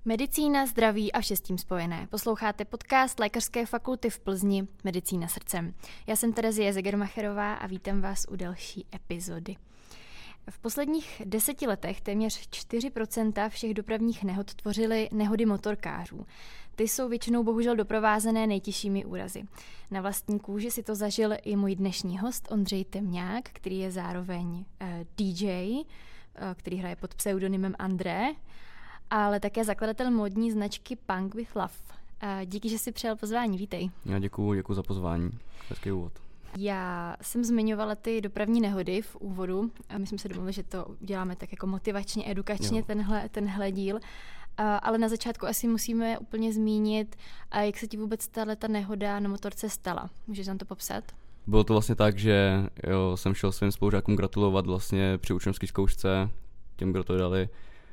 Medicína, zdraví a vše s tím spojené. Posloucháte podcast Lékařské fakulty v Plzni Medicína srdcem. Já jsem Terezie Zegermacherová a vítám vás u další epizody. V posledních 10 letech téměř 4% všech dopravních nehod tvořily nehody motorkářů. Ty jsou většinou bohužel doprovázené nejtěžšími úrazy. Na vlastní kůži si to zažil i můj dnešní host Ondřej Temňák, který je zároveň DJ, který hraje pod pseudonymem André, ale také zakladatel módní značky Punk with Love. Díky, že jsi přijal pozvání, vítej. Já děkuju za pozvání, hezký úvod. Já jsem zmiňovala ty dopravní nehody v úvodu a my jsme se domluvili, že to uděláme tak jako motivačně, edukačně, tenhle díl. Ale na začátku asi musíme úplně zmínit, jak se ti vůbec ta nehoda na motorce stala. Můžeš nám to popsat? Bylo to vlastně tak, že jsem šel svým spolužákům gratulovat vlastně při učňovské zkoušce, těm, kdo to dali,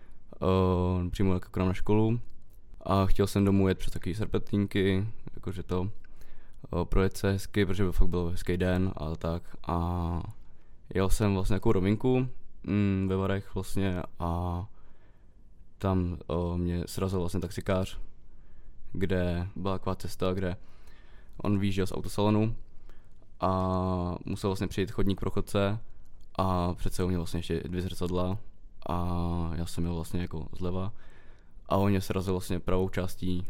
přímo jako k nám na školu. A chtěl jsem domů jet přes takový serpentínky, jakože to projet se hezky, protože fakt byl hezký den a tak. A jel jsem vlastně nějakou rovinku ve Varech vlastně a tam mě srazil vlastně taxikář, kde byla taková cesta, kde on vyjížděl z autosalonu a musel vlastně přijít chodník pro chodce a před sebou měl vlastně ještě 2 zrcadla a já jsem měl vlastně jako zleva a on mě srazil vlastně pravou částí,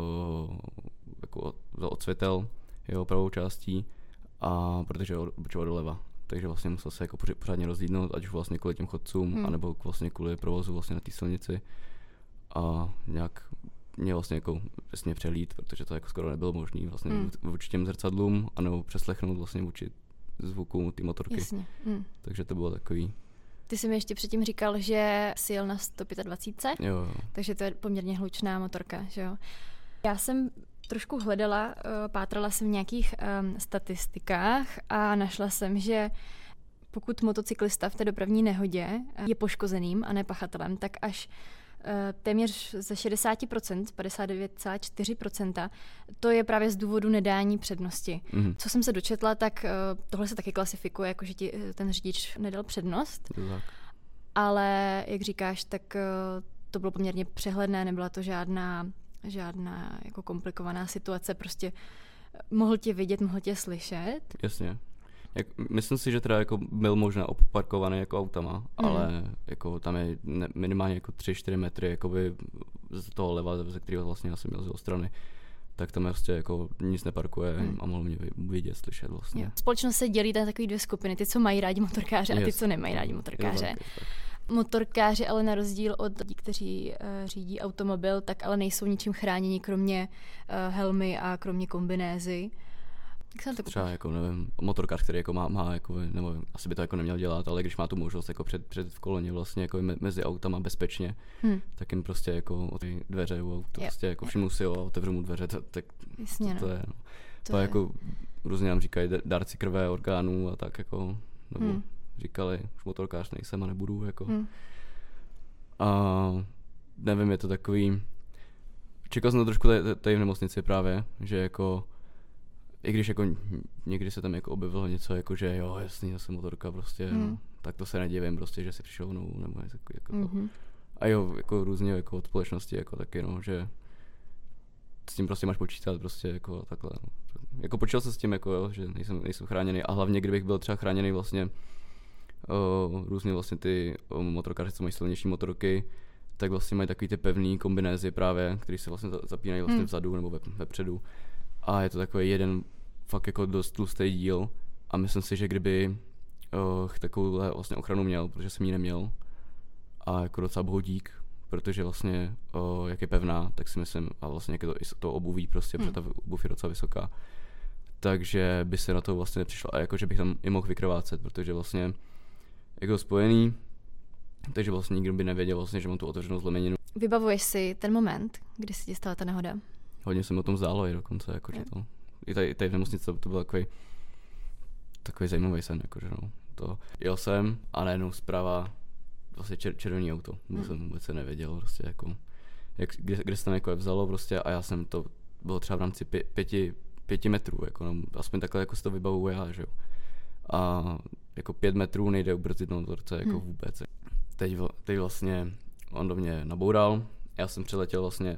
jako odsvětel jeho pravou částí a protože obočoval doleva. Takže vlastně musel se jako pořádně rozlídnout, ať už vlastně kvůli těm chodcům, anebo vlastně kvůli provozu vlastně na té silnici. A nějak mě vlastně jako přesně přehlíd, protože to jako skoro nebylo možné vlastně vůči těm zrcadlům, anebo přeslechnout vlastně vůči zvuku té motorky. Jasně. Takže to bylo takový. Ty jsi mi ještě předtím říkal, že jsi jel na 125, jo. Takže to je poměrně hlučná motorka, že jo? Já jsem trošku hledala, pátrala jsem v nějakých statistikách a našla jsem, že pokud motocyklista v té dopravní nehodě je poškozeným a ne pachatelem, tak až téměř ze 60%, 59,4%, to je právě z důvodu nedání přednosti. Co jsem se dočetla, tak tohle se taky klasifikuje, jako že ti ten řidič nedal přednost. Tak. Ale jak říkáš, tak to bylo poměrně přehledné, nebyla to žádná jako komplikovaná situace, prostě mohl tě vidět, mohl tě slyšet. Jasně. Myslím si, že teda jako byl možná oparkovaný jako autama, ale jako tam je minimálně jako 3-4 metry jakoby z toho leva, ze kterého vlastně já jsem měl z jeho strany, tak tam prostě jako nic neparkuje a mohl mě vidět, slyšet vlastně. Jo. Společnost se dělí na takové 2 skupiny, ty, co mají rádi motorkáře a ty, co nemají rádi motorkáře. Je tak. Motorkáři ale na rozdíl od lidí, kteří řídí automobil, tak ale nejsou ničím chráněni, kromě helmy a kromě kombinézy. Třeba jako nevím, motorkář, který jako má jako, nebo asi by to jako neměl dělat, ale když má tu možnost jako před v koloně vlastně jako mezi autama bezpečně, tak jim prostě jako o ty dveře u auta prostě jako všimnu si a otevřu mu dveře, tak jasně, to je. To je jako různě nám říkají dárci krve, orgánů a tak jako, nebo říkali, už motorkář nejsem a nebudu jako. A nevím, je to takový, čekal jsem to trošku tady v nemocnici právě, že jako i když jako někdy se tam jako objevilo něco jako, že jo, jasný, já jsem motorka prostě, tak to se nedivím prostě, že si přišel mnou, nebo jako a jo, jako různě jako od společnosti jako taky, no, že s tím prostě máš počítat prostě jako takhle, no. Jako počítal se s tím jako, jo, že nejsem chráněný a hlavně kdybych byl třeba chráněný vlastně různě vlastně ty motorkáři, co mají silnější motorky, tak vlastně mají takový ty pevný kombinézy právě, který se vlastně zapínají vlastně vzadu nebo vepředu. A je to takový jeden fakt jako dost tlustý díl a myslím si, že kdyby takovouhle vlastně ochranu měl, protože jsem ji neměl a jako docela bohu dík, protože vlastně jak je pevná, tak si myslím a vlastně jak je to obuví prostě, protože ta obuv je docela vysoká, takže by se na to vlastně nepřišlo a jako, že bych tam i mohl vykrvácet, protože vlastně jako spojený, takže vlastně nikdo by nevěděl vlastně, že mám tu otevřenou zlomeninu. Vybavuješ si ten moment, kdy se ti stala ta nehoda? Hodně jsem o tom zdálo i dokonce, jakože to. I tady v nemocnici to byl takový zajímavý sen, jakože no. To jel jsem a najednou zprava vlastně červený auto. Vůbec se nevěděl, prostě jako, kde se tam jako vzalo prostě a já jsem to, bylo třeba v rámci 5 metrů, jako no, aspoň takhle jako si to vybavuju já, že jo. A jako 5 metrů nejde ubrzdit na motorce jako vůbec. Teď vlastně on do mě naboural Já jsem přiletěl vlastně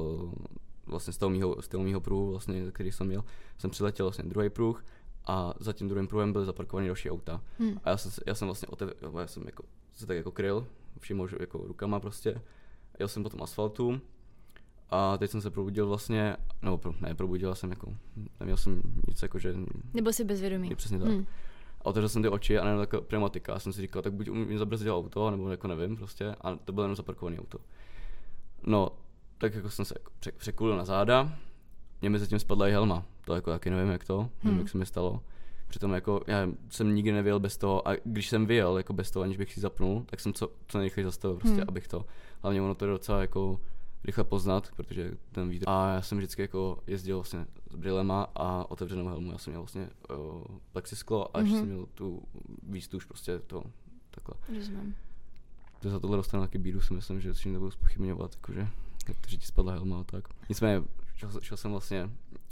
z toho mýho pruhu, vlastně, který jsem měl, jsem přiletěl vlastně druhý pruh a za tím druhým pruhem byly zaparkované další auta. A já jsem vlastně já jsem jako se tak jako kryl vším jako rukama prostě. Jel jsem po tom asfaltu a teď jsem se probudil vlastně, probudil jsem jako, neměl jsem nic jako, že... Nebyl jsi bezvědomý. Přesně tak. A otevřel jsem ty oči a najednou taková pneumatika. Já jsem si říkal, tak buď mě zabrzdilo auto, nebo jako nevím prostě. A to bylo jenom zaparkované auto. No, tak jako jsem se jako překulil na záda. Mě mezi tím spadla i helma. To jako taky nevím jak se mi stalo. Přitom jako já jsem nikdy nevyjel bez toho a když jsem vyjel jako bez toho, aniž bych si zapnul, tak jsem co nejrychleji zastavil prostě, abych to. Hlavně ono to je docela jako rychle poznat, protože ten vítr. A já jsem vždycky jako jezdil vlastně s brýlema a otevřenou helmu. Já jsem měl vlastně plexisklo a ještě jsem měl tu výstuž prostě to takhle. Rozumím. To za tohle dostanu taky bídu, si myslím, že si nebudu zpochybňovat, jakože, že ti spadla helma a tak. Nicméně šel jsem vlastně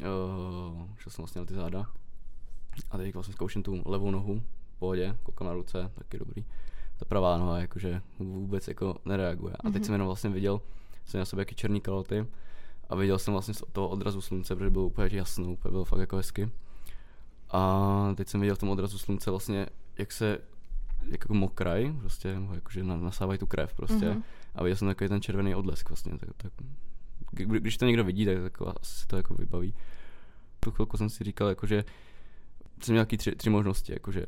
na ty záda a teď vlastně zkouším tu levou nohu, v pohodě, koukám na ruce, taky dobrý. Ta pravá noha jakože vůbec jako nereaguje. A teď jsem jenom vlastně viděl, jsem měl na sobě jaký černý kaloty a viděl jsem vlastně z toho odrazu slunce, protože bylo úplně jasno, úplně bylo fakt jako hezky. A teď jsem viděl v tom odrazu slunce vlastně, jak jako mokraj, prostě, jakože nasávají tu krev prostě. A viděl jsem takový ten červený odlesk vlastně. Tak, když to někdo vidí, tak asi to jako vybaví. Tu chvilku jsem si říkal, jakože jsem měl taky tři možnosti, jakože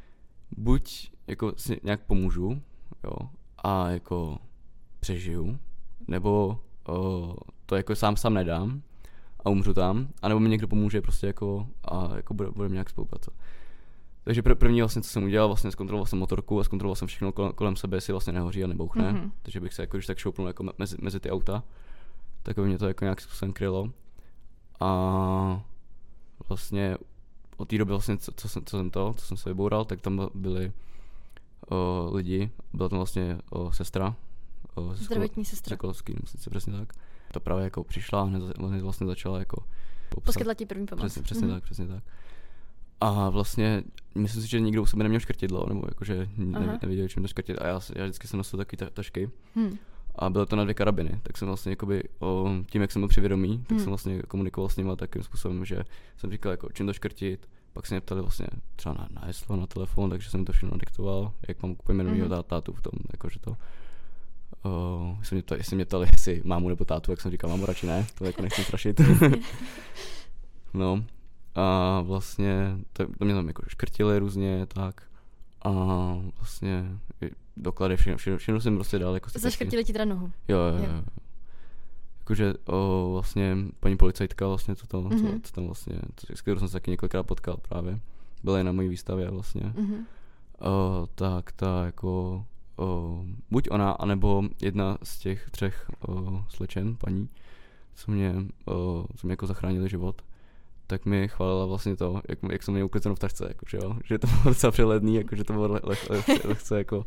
buď jako si nějak pomůžu, jo, a jako přežiju, nebo to jako sám nedám a umřu tam, anebo mi někdo pomůže prostě jako a jako budeme nějak spolupracovat. Takže první vlastně, co jsem udělal, vlastně zkontroloval jsem motorku a zkontroloval jsem všechno kolem sebe, jestli vlastně nehoří a nebouchne, takže bych se jako když tak šoupnul jako mezi ty auta, tak by mě to jako nějak způsobem krylo. A vlastně od té doby vlastně, co jsem se vyboural, tak tam byli lidi, byla tam vlastně sestra, zdravotní sestra. Sokolovský nemocnice, přesně tak. To právě jako přišla a hned vlastně začala jako poskytla ti první pomoc. Přesně tak. A vlastně myslím si, že nikdo u sebe neměl škrtidlo, nebo jakože nevěděl, čím to škrtit. A já vždycky jsem nosil takové tašky. A bylo to na 2 karabiny, tak jsem vlastně jakoby, tím, jak jsem byl přivědomý, tak jsem vlastně komunikoval s nimi takým způsobem, že jsem říkal, jako, čím to škrtit. Pak se mě ptali vlastně třeba na heslo, na telefon, takže jsem to všechno nadiktoval, jak mám pojmenovat tátu v tom, jakože to. Jestli mě ptali, jestli mámu nebo tátu, jak jsem říkal, mámu radši ne, to jako nechci strašit. No a vlastně to mě tam jako škrtili různě, tak. A vlastně doklady, všechno jsem prostě dal. Jako zaškrtili ti teda nohu? Jo. Jakože vlastně paní policajtka vlastně co tam vlastně, s kterou jsem se taky několikrát potkal právě, byla i na mojí výstavě vlastně. Tak ta jako buď ona, anebo jedna z těch 3 slečen, paní, co mě jako zachránili život, tak mi chválila vlastně to, jak jsem měl uklizeno v tašce, jakože jo, že to bylo docela přehledný, jakože to bylo lehce jako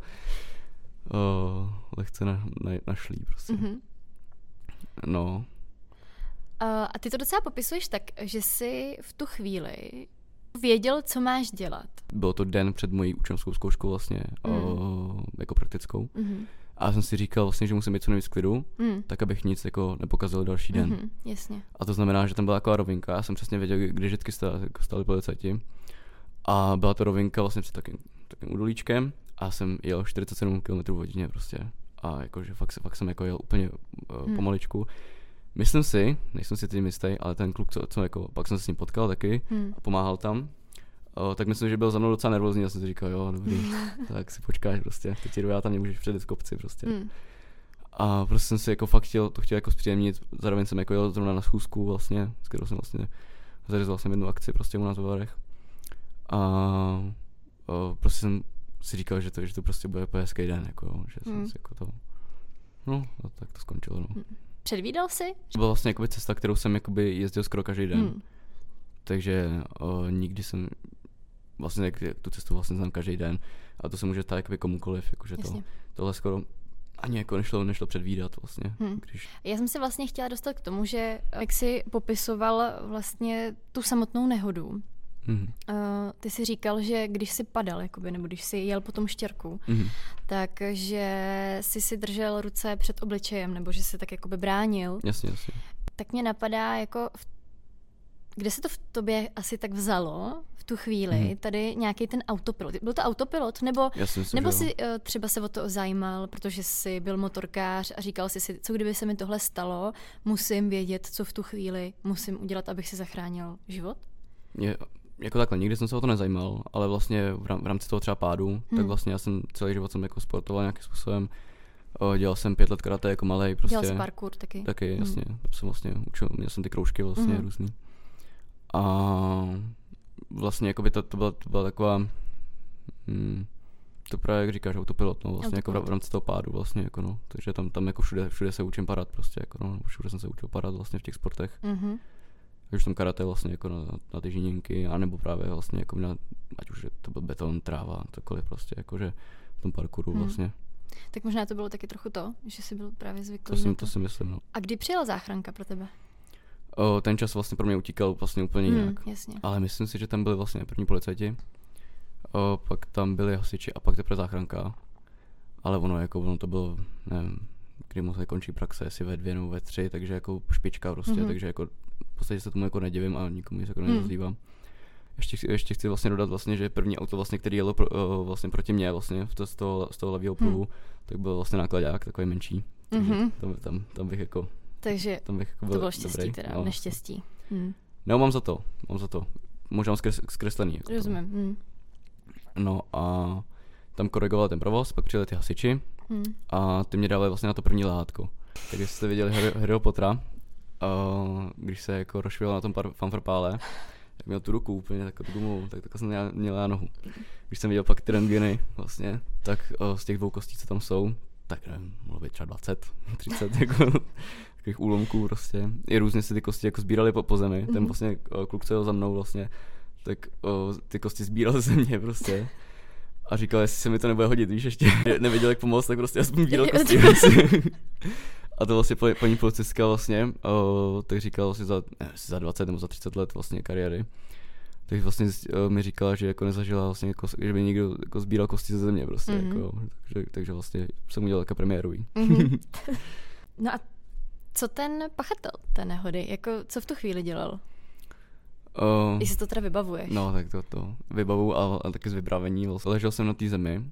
lehce našlý prostě. No. A ty to docela popisuješ tak, že jsi v tu chvíli věděl, co máš dělat. Bylo to den před mojí učňovskou zkouškou vlastně, jako praktickou. A já jsem si říkal vlastně, že musím být co nejvíc klidu, tak abych nic jako nepokazil další den. Jasně. A to znamená, že tam byla taková rovinka, já jsem přesně věděl, kde vždycky stáli policajti. A byla to rovinka vlastně před takým udolíčkem a jsem jel 47 km/h prostě. A jakože fakt jsem jako jel úplně pomaličku. Myslím si, nejsem si tím jistý, ale ten kluk, co jako, pak jsem se s ním potkal taky a pomáhal tam, tak myslím, že byl za mnou docela nervózní, já jsem si říkal, jo, dobrý, tak si počkáš prostě, teď já tam nemůžeš předjet v kopci prostě. A prostě jsem si jako fakt chtěl jako zpříjemnit, zároveň jsem jako jel zrovna na schůzku vlastně, s kterou jsem vlastně zařizoval jsem jednu akci prostě u nás v Varech. A prostě jsem si říkal, že to prostě bude hezký den, jako, že jsem si jako to, no a tak to skončilo, no. Předvídal jsi? To byla vlastně jakoby cesta, kterou jsem jakoby jezdil skoro každý den. Takže nikdy jsem vlastně tu cestu vlastně znám každý den a to se může stát jakoby komukoliv, jakože tohle skoro ani jako nešlo předvídat vlastně. Já jsem se vlastně chtěla dostat k tomu, že jak jsi popisoval vlastně tu samotnou nehodu, Ty jsi říkal, že když jsi padal, jakoby, nebo když jsi jel po tom štěrku, takže jsi si držel ruce před obličejem, nebo že jsi tak jakoby bránil. Jasně. Tak mě napadá, jako kde se to v tobě asi tak vzalo v tu chvíli, tady nějaký ten autopilot. Byl to autopilot? Nebo si třeba se o to zajímal, protože jsi byl motorkář a říkal jsi si, co kdyby se mi tohle stalo, musím vědět, co v tu chvíli musím udělat, abych si zachránil život? Jako takhle, nikdy jsem se o to nezajímal, ale vlastně v rámci toho třeba pádu, tak vlastně já jsem celý život jsem jako sportoval nějakým způsobem. Dělal jsem 5 let karate jako malej. Prostě. Dělal jsi parkour taky? Taky, jasně. Jsem vlastně učil, měl jsem ty kroužky vlastně různý. A vlastně jakoby to byla taková, to právě jak říkáš, autopilot, no, vlastně autopilot. Jako v rámci toho pádu vlastně, jako no, takže tam jako všude se učím padat prostě, jako no, všude jsem se učil padat vlastně v těch sportech. Už tam karate vlastně jako na ty žiněnky, anebo právě vlastně jako ať už to byl beton, tráva, cokoliv prostě, jakože v tom parkouru vlastně. Tak možná to bylo taky trochu to, že jsi byl právě zvyklý to si myslím, no. A kdy přijela záchranka pro tebe? Ten čas vlastně pro mě utíkal vlastně úplně jinak. Jasně. Ale myslím si, že tam byli vlastně první policajti, pak tam byli hasiči a pak teprve záchranka. Ale ono to bylo, nevím, kdy mu se končí praxe, jestli ve 2 nebo ve 3, takže jako špička prostě, takže jako v podstatě se tomu jako nedivím a nikomu se jako nedozlívám. Ještě chci vlastně dodat vlastně, že první auto vlastně, který jelo vlastně proti mně vlastně z toho levého pruhu, tak byl vlastně nákladák, takový menší. Takže tam bych jako takže to bylo štěstí dobrý, teda, no. Neštěstí. No, mám za to. Možná zkreslený. Jako rozumím. No a tam korigoval ten provoz, pak přijeli ty hasiči a ty mě dávali vlastně na to první lehátko. Tak jestli jste viděli Harryho Pottera, když se jako rozšvěl na tom fanfarpále, tak měl tu ruku úplně takovou gumovou, tak jsem měl já nohu. Když jsem viděl pak ty rentgeny vlastně, tak z těch 2 kostí, co tam jsou, tak nevím, mohlo být třeba 20, 30 jako takových úlomků prostě. I různě si ty kosti jako sbírali po zemi. Ten vlastně kluk, co jel za mnou vlastně, tak ty kosti sbíral ze země prostě. A říkal, jestli se mi to nebude hodit, víš, ještě nevěděl, jak pomoct, tak prostě aspoň sbíral kosti. A to vlastně paní policistka vlastně, tak říkala vlastně za 20 nebo za 30 let vlastně kariéry. Tak vlastně mi říkala, že jako nezažila vlastně, jako, že by někdo jako sbíral kosti ze země prostě, jako, takže vlastně jsem udělal jako premiérový. No a co ten pachatel té nehody, jako co v tu chvíli dělal? Jestli to teda vybavuješ. No, tak to vybavu a taky z vybravení. Ležel jsem na té zemi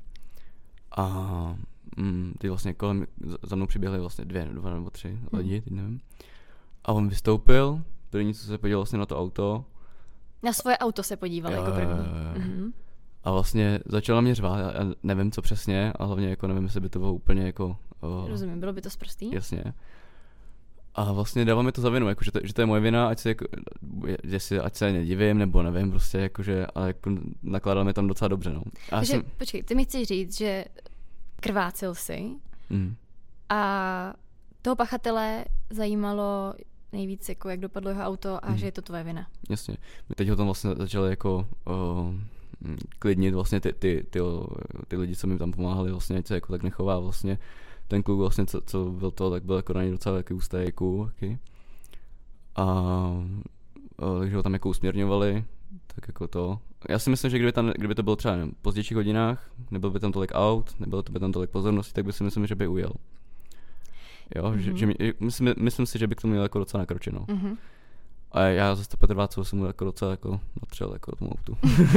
a ty vlastně kolem, za mnou přiběhly vlastně 2 nebo 3 lidi, teď nevím. A on vystoupil, první co se podíval vlastně na to auto. Na svoje auto se podíval jako první. A vlastně začal na mě řvát, já nevím co přesně, a hlavně jako nevím, jestli by to bylo úplně jako... Rozumím, bylo by to sprostý? Jasně. A vlastně dává mi to za vinu, jako, že to je moje vina, ať se nedivím, nebo nevím, prostě, jakože, ale jako nakládal mi tam docela dobře, no. Takže počkej, ty mi chceš říct, že krvácel jsi a toho pachatele zajímalo nejvíc, jako jak dopadlo jeho auto a že je to tvoje vina. Jasně. My teď ho tam vlastně začali jako klidnit vlastně ty lidi, co mi tam pomáhali, vlastně, ať se jako tak nechová vlastně. Ten kluk vlastně, co byl to, tak byl jako na něj docela taky ústajku. A takže ho tam jako usměrňovali, tak jako to. Já si myslím, že kdyby to bylo třeba v pozdějších hodinách, nebyl by tam tolik aut, nebylo by tam tolik pozornosti, tak by si myslím, že by ujel. Jo, myslím si, že by k tomu měl jako docela nakročeno. A já za 125 jsem mu jako docela jako natřel jako tomu autu.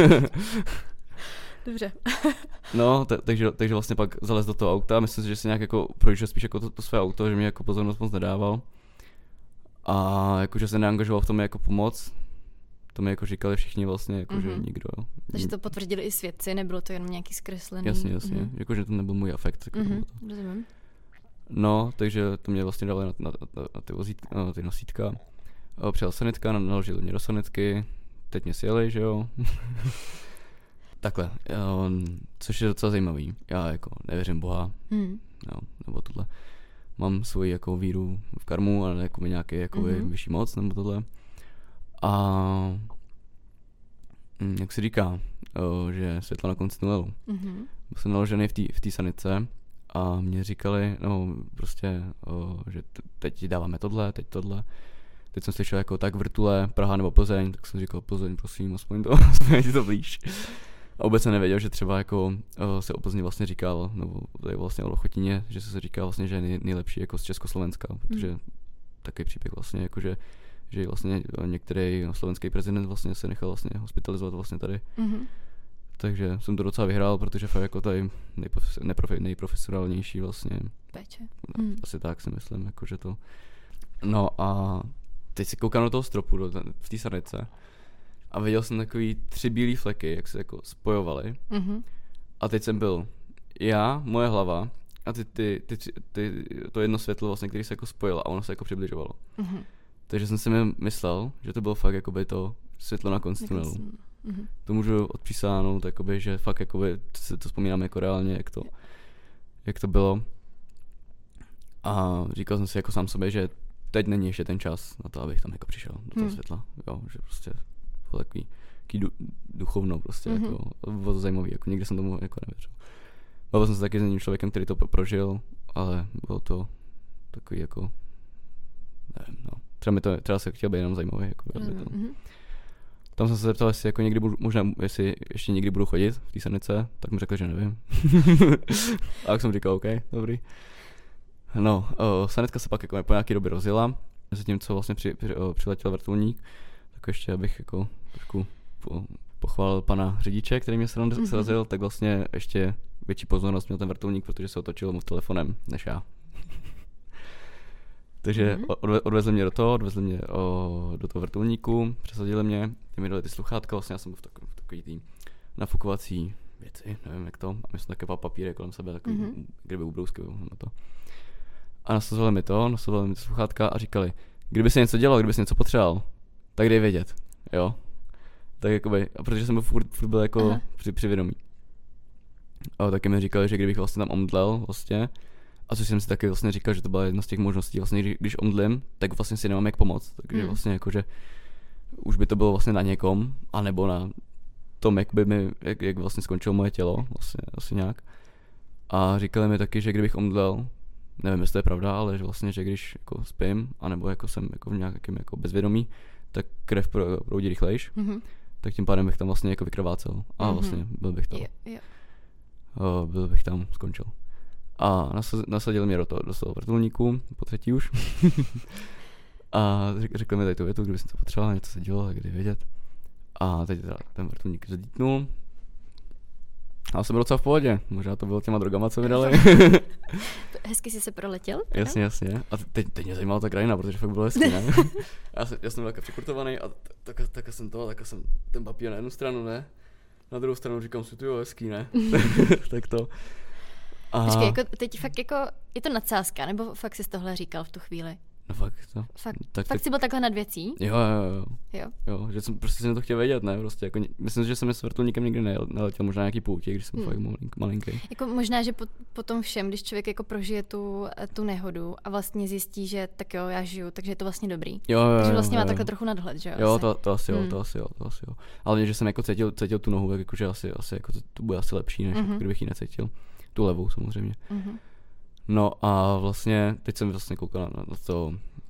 Dobře. No, takže vlastně pak zalez do toho auta, myslím si, že si nějak jako projížděl spíš jako to své auto, že mě jako pozornost moc nedával. A jakože se neangažoval v tom jako pomoc. To mi jako říkali všichni vlastně, jako že nikdo. Takže to potvrdili i svědci, nebylo to jenom nějaký zkreslený. Jasně, jakože to nebyl můj afekt. Jako rozumím. No, takže to mě vlastně dali na ty nosítka. Přijel sanitka, naložili mě do sanitky, teď mě sjeli, že jo. Takhle, což je docela zajímavý. Já jako nevěřím Boha, jo, nebo tohle. Mám svoji jako víru v karmu, ale jako nějaký jako vyšší moc, nebo tohle. A jak se říká, že světlo na konci tunelu. Byl jsem naložený v té sanice a mě říkali, no prostě, že teď dáváme tohle, teď tohle. teď jsem slyšel jako tak vrtule, Praha nebo Plzeň, tak jsem říkal Plzeň, prosím, aspoň to blíž. A vůbec jsem nevěděl, že třeba jako se o Plzni vlastně říkal, nebo tady vlastně o Lochotíně, že se říká vlastně, že je nejlepší jako z Československa, protože takový příběh vlastně, jako že vlastně některý slovenský prezident vlastně se nechal vlastně hospitalizovat vlastně tady. Takže jsem to docela vyhrál, protože fakt jako tady nejprofesionálnější vlastně. Péče. Asi tak si myslím, jako že to. No a teď si koukám do toho stropu v té sarnice a viděl jsem takový 3 bílý fleky, jak se jako spojovaly. A teď jsem byl já, moje hlava a to jedno světlo vlastně, který se jako spojilo a ono se jako přibližovalo. Takže jsem si myslel, že to bylo fakt jakoby to světlo na konci tunelu. To můžu odpísánout, jakoby, že fakt jakoby, to vzpomínám jako reálně, jak to bylo. A říkal jsem si jako sám sobě, že teď není ještě ten čas na to, abych tam jako přišel do toho světla. Jo, že prostě bylo takový duchovno prostě, jako, bylo to zajímavý, jako nikdy jsem tomu jako nevěřil. Bavil jsem se taky s jedním člověkem, který to prožil, ale bylo to takový jako, nevím, no. Třeba se chtěl být jenom zajímavý, jako Tam jsem se zeptal, jestli jako někdy jestli ještě někdy budu chodit v té sarnice, tak mi řekl, že nevím. A tak jsem říkal, OK, dobrý. No, sanitka se pak jako po nějaké době rozjela, mezi tím, co vlastně přiletěl vrtulník, tak ještě abych jako trošku pochválil pana řidiče, který mě srazil, tak vlastně ještě větší pozornost měl ten vrtulník, protože se otočil mu telefonem, než já. Takže odvezli mě do toho vrtulníku, přesadili mě, ty mi dali ty sluchátka, vlastně já jsem byl v takový tý nafukovací věci, nevím jak to, a my jsme také papíry kolem sebe, takový, kdyby ubrousky na to. A nasazovali mi ty sluchátka a říkali, kdyby se něco dělal, kdyby se něco potřeboval, tak dej vědět, jo. Tak jakoby, a protože jsem byl furt byl jako při vědomí. A taky mi říkali, že kdybych vlastně tam omdlel vlastně, a což jsem si taky vlastně říkal, že to byla jedna z těch možností, vlastně když omdlím, tak vlastně si nemám jak pomoct, takže vlastně jakože už by to bylo vlastně na někom, anebo na tom, jak vlastně skončilo moje tělo, vlastně asi nějak. A říkali mi taky, že kdybych omdlel, nevím, jestli to je pravda, ale že vlastně, že když jako spím, anebo jako jsem jako v nějakém jako bezvědomí, tak krev proudí rychlejš, tak tím pádem bych tam vlastně jako vykrvácel a vlastně byl bych tam, skončil. A nasadili mě do toho vrtulníku, po třetí už. A řekli mi tady tu větu, kdyby jsem to potřeboval, něco se dělo, tak kdy vědět. A teď teda ten vrtulník zadítnul. A jsem byl docela v pohodě, možná to bylo těma drogama, co mi dali. Hezky jsi se proletěl? Jasně. A teď mě zajímala ta krajina, protože fakt bylo hezky, ne? Já jsem byl jako přikurtovaný a tak jsem ten papír na jednu stranu, ne? Na druhou stranu říkám si, jo, hezký, ne? Tak to. Počkej, jako teď fakt jako, je to nadsázka, nebo fakt jsi tohle říkal v tu chvíli? No fakt to. Fakt jsi byl takhle nad věcí? Jo, že jsem prostě to chtěl vědět, ne, prostě jako, myslím, že jsem s vrtulníkem nikdy neletěl, možná nějaký poutě, když jsem fakt malinký. Jako možná, že po tom všem, když člověk jako prožije tu nehodu a vlastně zjistí, že tak jo, já žiju, takže je to vlastně dobrý. Jo, takže vlastně má takhle trochu nadhled, že jo? Jo, to asi jo. Ale že jsem jako cítil tu nohu, jakože asi jako to bude asi lepší, než kdybych ji necítil. Tu levou samozřejmě. No a vlastně, teď jsem vlastně koukal na to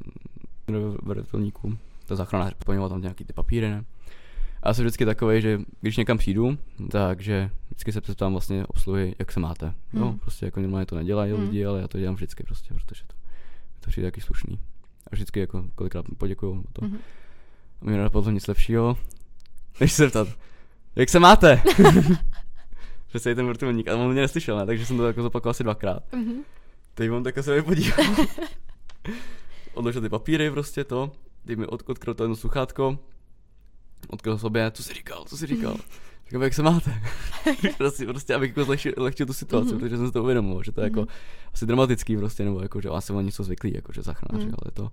vrtulníku, ta záchranář poňoval tam nějaký ty papíry, ne? A já jsem vždycky takovej, že když někam přijdu, takže vždycky se ptám vlastně obsluhy, jak se máte. No, prostě jako normálně to nedělají lidi, ale já to dělám vždycky prostě, protože to přijde taky slušný. A vždycky jako kolikrát poděkuju to. A mi nenapadlo nic lepšího, než se ptat, jak se máte? Přesně ten vrtulník, ale on mě neslyšel, ne? Takže jsem to jako zopakoval asi 2krát. Teď on tak se mi podíval. Odložil ty papíry prostě to, teď mi odkryl to jedno sluchátko, odkryl sobě, co jsi říkal? Říkám, jak se máte? prostě abych jako zlehčil tu situaci, protože jsem si to uvědomoval, že to je jako asi dramatický prostě, nebo jako, že asi oni jsou zvyklí, jako, že záchranáři,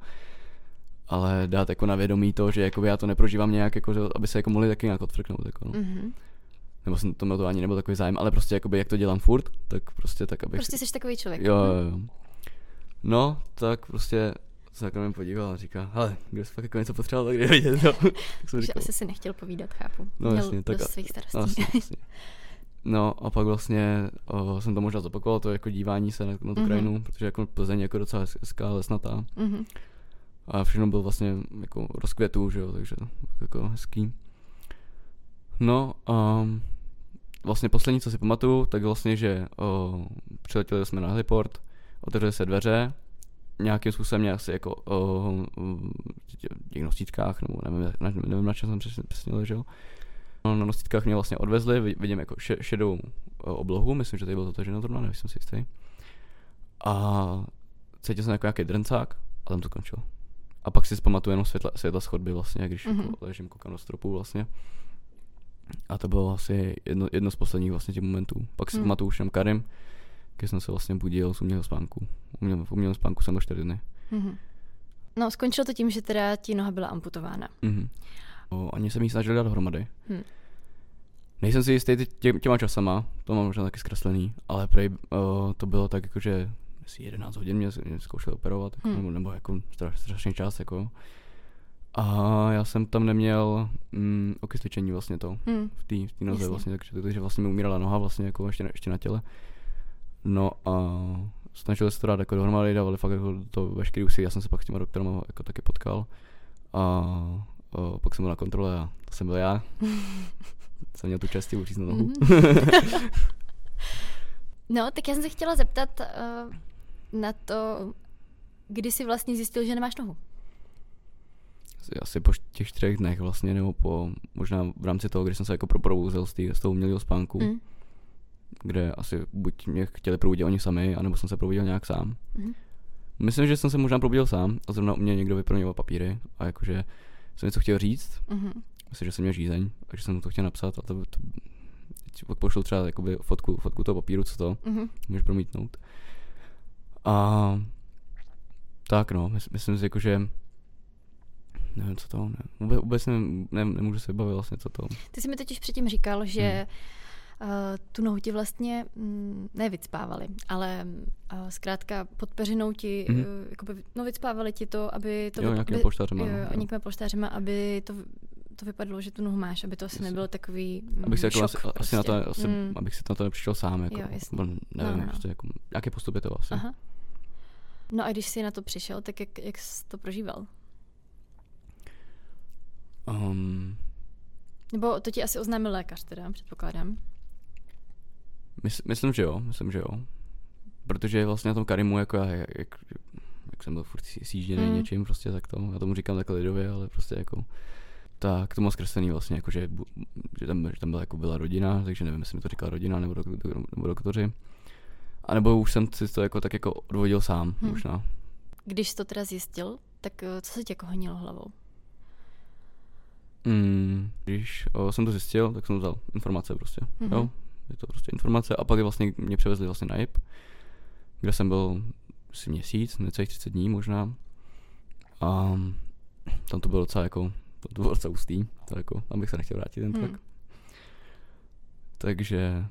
ale dát jako na vědomí to, že jako já to neprožívám nějak, jako, že, aby se jako mohli taky nějak odfrknout, jako, no. Nebo jsem to ani nebyl takový zájem, ale prostě jakoby, jak to dělám furt, tak prostě tak, abych... Prostě jsi takový člověk. Jo. No, tak prostě se na mě podíval a říká, hele, když jsi fakt jako něco potřeboval, tak jde vidět, no. Takže asi si nechtěl povídat, chápu. No měl jasně, tak dost svých starostí. Jasně. No a pak vlastně jsem to možná zopakoval, to jako dívání se na tu krajinu, protože jako Plzeň jako docela hezká, lesnatá. A všechno bylo vlastně jako rozkvětu, že jo, takže jako hezký. No a vlastně poslední, co si pamatuju, tak vlastně, že přiletěli jsme na heliport, otevřely se dveře, nějakým způsobem mě asi jako těch nosítkách, nebo nevím, na čem jsem přesně ležel. Na nosítkách mě vlastně odvezli, vidím jako šedou oblohu, myslím, že tady bylo dotaženo zrovna, nevím, jsem si jistý. A cítil jsem jako nějaký drncák a tam to skončilo. A pak si pamatuju jenom světla z chodby vlastně, když jako ležím, koukám do stropu vlastně. A to bylo asi jedno z posledních vlastně těch momentů. Pak si pamatuju už jenom Karim, když jsem se vlastně budil z umělého spánku. V umělém spánku jsem byl 4 dny. No, skončilo to tím, že teda ti noha byla amputována. Ani jsem jí snažil dát dohromady. Nejsem si jistý těma časama, to mám možná taky zkreslený, ale prej to bylo tak jako, že asi 11 hodin mě zkoušeli operovat, nebo jako strašný čas, jako. A já jsem tam neměl okysličení vlastně to, v té noze vlastně, takže vlastně mi umírala noha vlastně jako ještě na těle. No a snažili se to dát jako dohromady, dávali fakt jako to veškerý úsilí, já jsem se pak s těma doktorama jako taky potkal a pak jsem byl na kontrole a to jsem byl já. Jsem měl tu čest uříznout nohu. No, tak já jsem se chtěla zeptat na to, kdy jsi vlastně zjistil, že nemáš nohu. Asi po těch 4 dnech vlastně, nebo možná v rámci toho, kdy jsem se jako probouzel z toho umělého spánku, kde asi buď mě chtěli probudit oni sami, anebo jsem se probudil nějak sám. Myslím, že jsem se možná probudil sám a zrovna u mě někdo vyplňoval papíry a jakože jsem něco chtěl říct. Myslím, že jsem měl žízeň, takže jsem to chtěl napsat a to pak pošlu třeba jakoby fotku toho papíru, co to můžeš promítnout. A tak no, myslím si jako, že nevím, co to, vůbec nemůžu se bavit vlastně, co to. Ty jsi mi totiž předtím říkal, že tu nohu ti vlastně nevycpávali, ale zkrátka pod peřinou ti, jakoby, vycpávali ti to, aby to... Jo, nějakými polštářema. Nějakými polštářema, aby to vypadalo, že tu nohu máš, aby to asi nebylo takový abych si šok. Jako asi na to, abych si na to nepřišel sám, jako, jo, nevím, prostě jako, jaký postup je to asi. Aha. No a když jsi na to přišel, tak jak jsi to prožíval? Nebo to ti asi oznámil lékař teda, předpokládám. Myslím, že jo. Protože vlastně na tom Karimu, jako jak jsem byl furt sjížděný něčím, prostě tak to, já tomu říkám takhle lidově, ale prostě jako, tak to mám zkreslený vlastně, jako, že tam byla rodina, takže nevím, jestli mi to říkala rodina nebo doktoři. A nebo už jsem si to jako tak jako odvodil sám, možná. Když jsi to teda zjistil, tak co se tě jako honilo hlavou? Když jsem to zjistil, tak jsem vzal informace prostě, jo. Je to prostě informace a pak vlastně mě převezli vlastně na JIP, kde jsem byl asi měsíc, necelých 30 dní možná. A tam to bylo docela jako, to bylo docela hustý, to jako, tam bych se nechtěl vrátit jen tak. Takže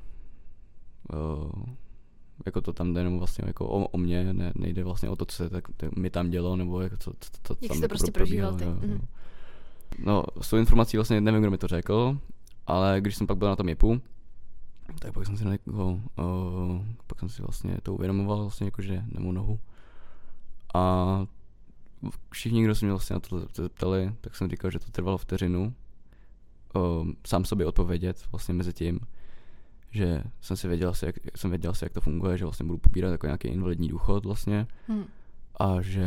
jako to tam jde jenom vlastně jako o mě, nejde vlastně o to, co se mi tam dělo, nebo jako co tam jak jsi to prostě prožíval ty. No, s tou informací vlastně nevím, kdo mi to řekl, ale když jsem pak byl na tom JIPu, tak pak jsem si pak jsem si vlastně to uvědomoval, vlastně jako, že nemám nohu. A všichni, kdo se mě vlastně na to zeptali, tak jsem říkal, že to trvalo vteřinu. Sám sobě odpovědět vlastně mezi tím, že jsem věděl asi, jak to funguje, že vlastně budu pobírat jako nějaký invalidní důchod vlastně. A že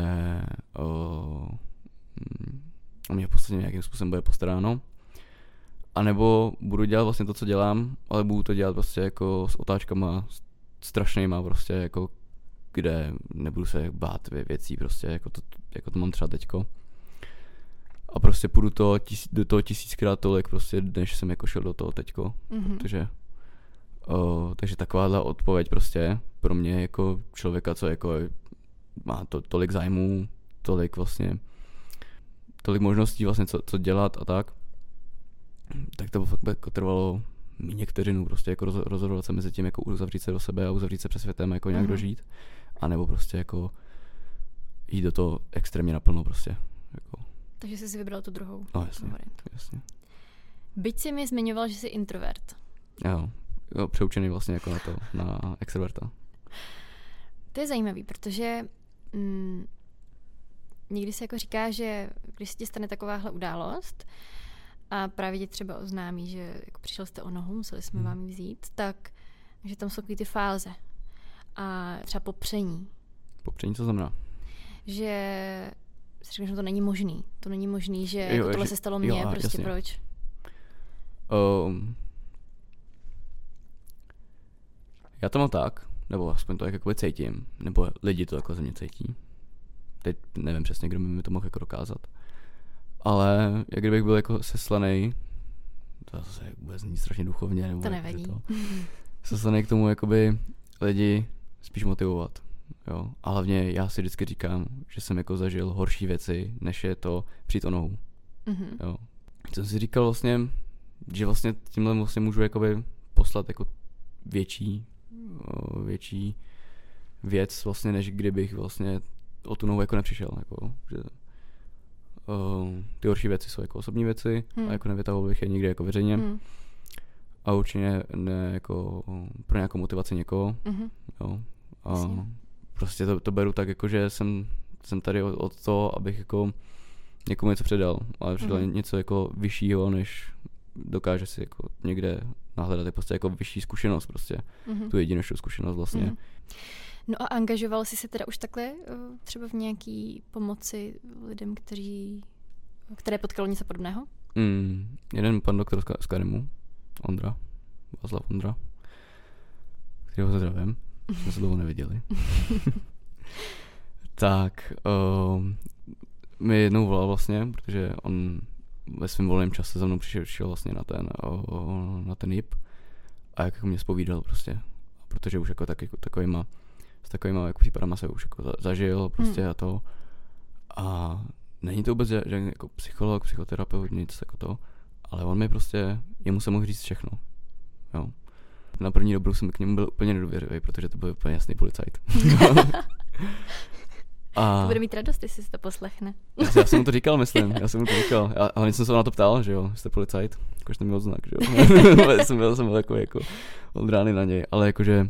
o mě v podstatě nějakým způsobem bude postaráno. A nebo budu dělat vlastně to, co dělám, ale budu to dělat prostě jako s otáčkama strašnýma prostě jako, kde nebudu se bát věcí prostě, jako to mám třeba teďko. A prostě půjdu do toho 1000krát tolik prostě, než jsem jako šel do toho teďko, takže takováhle odpověď prostě pro mě jako člověka, co jako má tolik zájmů, tolik možností vlastně, co dělat a tak to fakt jako trvalo méně vteřinu, prostě jako rozhodovat se mezi tím, jako uzavřít se do sebe a uzavřít se před světem, jako nějak dožít, anebo prostě jako jít do toho extrémně naplno prostě. Jako. Takže jsi si vybral tu druhou variantu. Jasně. Byť jsi mi zmiňoval, že jsi introvert. Jo, přeučený vlastně jako na extroverta. To je zajímavý, protože někdy se jako říká, že když se ti stane takováhle událost a právě tě třeba oznámí, že jako přišel jste o nohu, museli jsme vám ji vzít, tak že tam jsou takový ty fáze a třeba popření. Popření, co znamená? Že si řekneš, že to není možný. To není možný, že jako tohle se stalo mně, prostě jasně. Proč? Já to mám tak, nebo aspoň to jakoby cítím, nebo lidi to jako ze mě cítí. Teď nevím přesně, kdo by mi to mohl jako dokázat. Ale jak kdybych byl jako seslanej, to zase vůbec není strašně duchovně, nebo to nevadí. Seslanej k tomu jakoby lidi spíš motivovat. Jo. A hlavně já si vždycky říkám, že jsem jako zažil horší věci, než je to přijít o nohu. Mm-hmm. Jo. Jsem si říkal vlastně, že vlastně tímhle vlastně můžu jakoby poslat jako větší věc vlastně, než kdybych vlastně o tu nohu jako nepřišel. Jako, že, ty horší věci jsou jako osobní věci a jako nevytahoval bych je nikdy jako veřejně. A určitě ne jako pro nějakou motivaci někoho. Jo. A prostě to beru tak, jako, že jsem tady od toho, abych jako někomu něco předal, ale předal něco jako vyššího, než dokáže si jako někde nahledat, je prostě jako vyšší zkušenost prostě, tu jedinečnou zkušenost vlastně. No a angažoval jsi se teda už takhle třeba v nějaký pomoci lidem, které potkalo něco podobného? Jeden pan doktor z Karimu, Václav Ondra, kterého se zdravím, jsme se dlouho neviděli. Tak, mi jednou volal vlastně, protože on ve svém volném čase za mnou přišel vlastně na ten JIP a jako mě zpovídal prostě, protože už jako s takovýma jako případama se už jako zažil prostě a to. A není to vůbec, že jako psycholog, psychoterapeut, nic jako to, ale on mi prostě, jemu se mohl říct všechno, jo. Na první dobu jsem k němu byl úplně nedůvěřivý, protože to byl úplně jasný policajt. A to bude mít radost, jestli si to poslechne. Já jsem mu to říkal, myslím. Ale jsem se na to ptal, že jo, jste policajt, jakože to mi odznak, že jo. jsem byl takový jako od rány na něj, ale jakože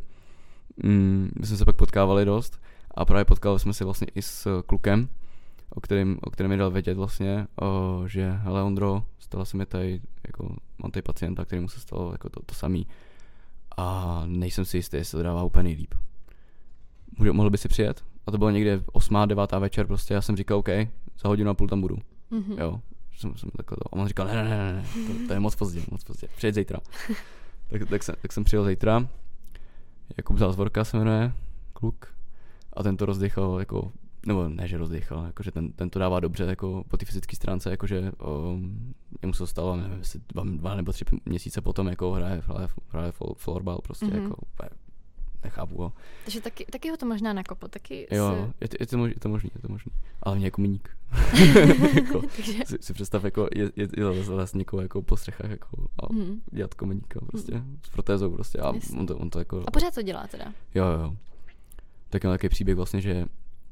my jsme se pak potkávali dost a právě potkali jsme se vlastně i s klukem, o kterém mi dal vědět vlastně, že hele Ondro, stala se mi tady, jako mám tady pacienta, kterému se stalo jako to samý a nejsem si jistý, jestli to dává úplně nejlíp. Mohl by si přijet? A to bylo někde 8., 9. večer prostě, já jsem říkal OK, za 1.5 tam budu. Jo, jsem takhle to. A on říkal ne, to je moc pozdě, přijeď zítra. tak jsem přijel zítra, Jakub Zázvorka se jmenuje, kluk, a ten to rozdychal jako, nebo ne, že rozdychal, jakože ten to dává dobře jako po té fyzické stránce, jakože jemu se stalo, nevím, jestli 2 nebo 3 měsíce potom jako hraje florbal prostě, jako nechápu ho. Takže taky ho to možná nakoplo, taky jo, je to možný. Ale mě jako miník. Jako, si představ, jako je vlastně někoho jako po střechách jako a dělat komeníka prostě, s protézou prostě a on to jako... A pořád to dělá teda? Jo. Tak je takový příběh vlastně, že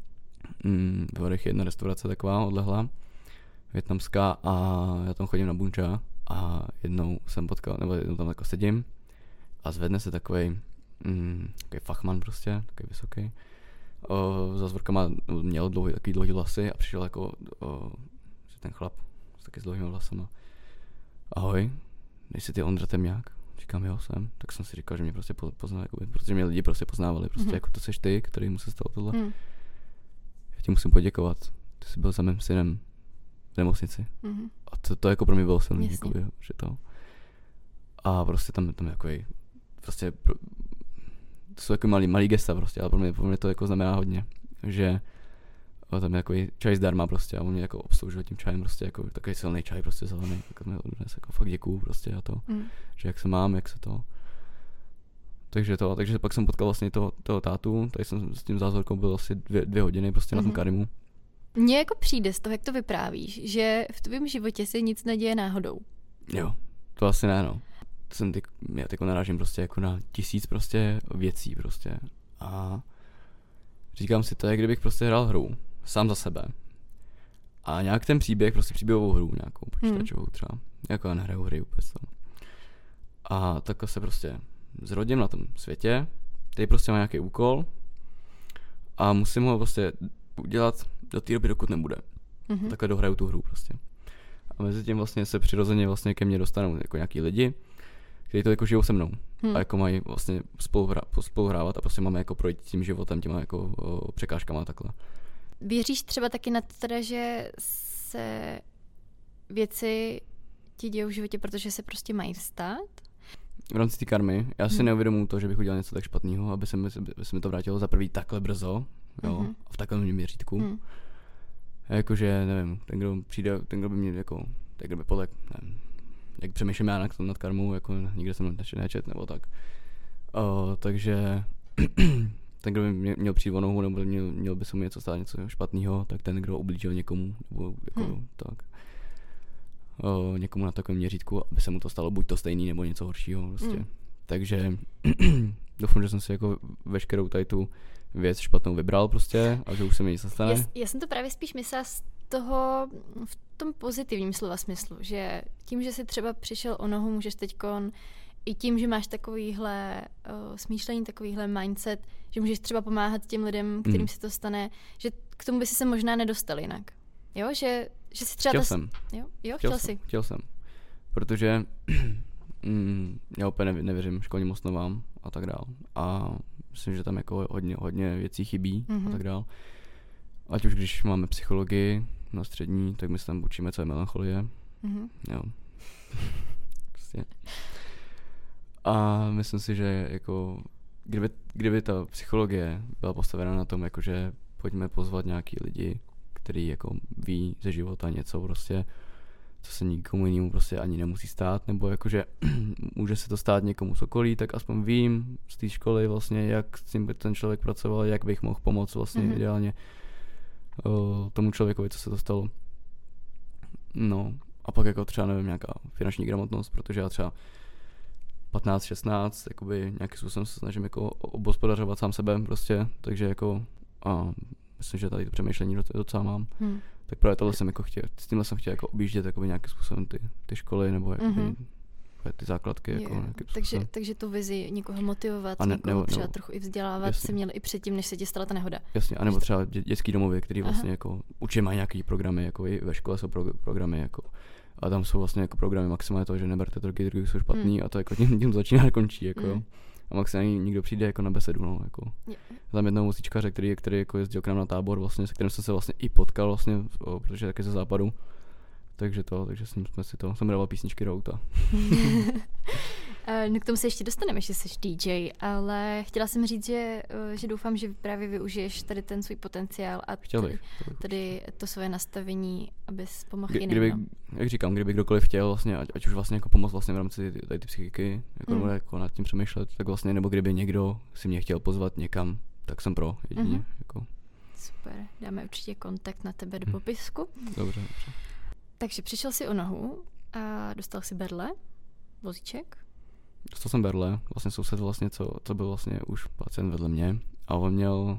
v Horech je jedna restaurace taková odlehlá, vietnamská a já tam chodím na bunča a jednou jsem potkal, nebo jednou tam jako sedím a zvedne se takový fachman prostě, takový vysoký. Zázvorka měl takový dlouhý vlasy a přišel jako ten chlap s taky s dlouhými vlasama. Ahoj, nejsi ty Ondra Temňák? Říkám, jo, jsem. Tak jsem si říkal, že mě prostě poznal, protože mě lidi prostě poznávali, prostě jako to seš ty, který mu se stalo tohle. Já ti musím poděkovat, ty jsi byl za mým synem v nemocnici. A to jako pro mě bylo silný, jakoby, že to. A prostě tam jako prostě to jsou jako malý gesta prostě, ale pro mě to jako znamená hodně, že tam je jako čaj zdarma prostě a on mě jako obsloužil tím čajem prostě jako takový silný čaj prostě zelený, tak mi odnes jako fakt děkuju prostě a to, že jak se mám, jak se to. Takže pak jsem potkal vlastně toho tátu, tady jsem s tím Zázvorkou byl asi 2 hodiny prostě na tom Karimu. Mně jako přijde z toho, jak to vyprávíš, že v tvém životě se nic neděje náhodou. Jo, to asi ne, no. Já teď narážím prostě jako na 1000 prostě věcí prostě a říkám si to, jak kdybych prostě hrál hru sám za sebe a nějak ten příběh, prostě příběhovou hru nějakou počítačovou třeba, jako já nehraju hry vůbec to. A takhle se prostě zrodím na tom světě, teď prostě mám nějaký úkol a musím ho prostě udělat do té doby, dokud nebude. Takhle dohraju tu hru prostě. A mezi tím vlastně se přirozeně vlastně ke mně dostanou jako nějaký lidi, kteří to jako žijou se mnou. A jako mají vlastně spoluhrávat a prostě máme jako projít tím životem, těma jako překážkama a takhle. Věříš třeba taky na to teda, že se věci ti dějou v životě, protože se prostě mají stát? V rámci té karmy, já si neuvědomuji to, že bych udělal něco tak špatného, aby se mi to vrátilo za prvý takhle brzo, jo, a v takovém měřítku. Jakože, nevím, ten, kdo přijde, ten, kdo by mě jako, ten, kdo by podle, nevím, jak přemýšlím já nad karmou, jako nikde jsem nečet, nebo tak. Takže ten, kdo by měl přijít o nohu, nebo měl by se mu něco stát, něco špatného, tak ten, kdo ublížil někomu, nebo jako tak. Někomu na takovém měřítku, aby se mu to stalo buď to stejný, nebo něco horšího prostě. Takže doufám, že jsem si jako veškerou tady tu věc špatnou vybral prostě a že už se mi nic nestane. Já jsem to právě spíš myslela z toho, v tom pozitivním slova smyslu, že tím, že jsi třeba přišel o nohu, můžeš teďkon i tím, že máš takovýhle smýšlení, takovýhle mindset, že můžeš třeba pomáhat těm lidem, kterým se to stane, že k tomu by si se možná nedostal jinak. Jo, že si třeba... Chtěl jsem. Protože já úplně nevěřím školním osnovám a tak dál. A myslím, že tam jako hodně věcí chybí a tak dál. Ať už když máme psychologii na střední, tak my se tam učíme, co je melancholie. Jo. Prostě. A myslím si, že jako kdyby ta psychologie byla postavena na tom, jakože pojďme pozvat nějaký lidi, který jako ví ze života něco prostě, co se nikomu jinému prostě ani nemusí stát, nebo jakože může se to stát někomu z okolí, tak aspoň vím z té školy vlastně, jak s tím by ten člověk pracoval, jak bych mohl pomoct vlastně ideálně tomu člověkovi, co se to stalo. No a pak jako třeba nevím, nějaká finanční gramotnost, protože já třeba 15, 16, jakoby nějakým způsobem se snažím jako obhospodařovat sám sebe prostě, takže jako myslím, že tady to přemýšlení docela mám. Tak právě tohle jsem jako chtěl, s tímhle jsem chtěl jako objíždět jakoby nějakým způsobem ty školy nebo jakoby, ty základky. Jako takže tu vizi někoho motivovat, někoho třeba trochu i vzdělávat si měl i předtím, než se ti stala ta nehoda. Jasně, anebo třeba dětský domovy, který vlastně jako učí mají nějaký programy, jako i ve škole jsou programy jako a tam jsou vlastně jako programy maximálně toho, že neberte drogy jsou špatný a to jako tím začíná a končí jako jo. A maximálně někdo přijde jako na besedu, no, jako. Tam jednoho vozíčkaře, který jako jezdil k nám na tábor, vlastně, se kterým jsem se vlastně i potkal vlastně, protože je taky ze západu. Takže s ním jsem dával písničky do auta. No k tomu se ještě dostaneme, že jsi DJ, ale chtěla jsem říct, že doufám, že právě využiješ tady ten svůj potenciál a tady to svoje nastavení, abys pomohl jiným. Jak říkám, kdyby kdokoliv chtěl vlastně, ať už vlastně jako pomoct vlastně v rámci tady ty psychiky, jako nad tím přemýšlet, tak vlastně, nebo kdyby někdo si mě chtěl pozvat někam, tak jsem pro jedině. Jako. Super, dáme určitě kontakt na tebe do popisku. Dobře. Takže přišel jsi o nohu a dostal si berle, vozíček. Dostal jsem berle, vlastně soused vlastně, co byl vlastně už pacient vedle mě a on měl,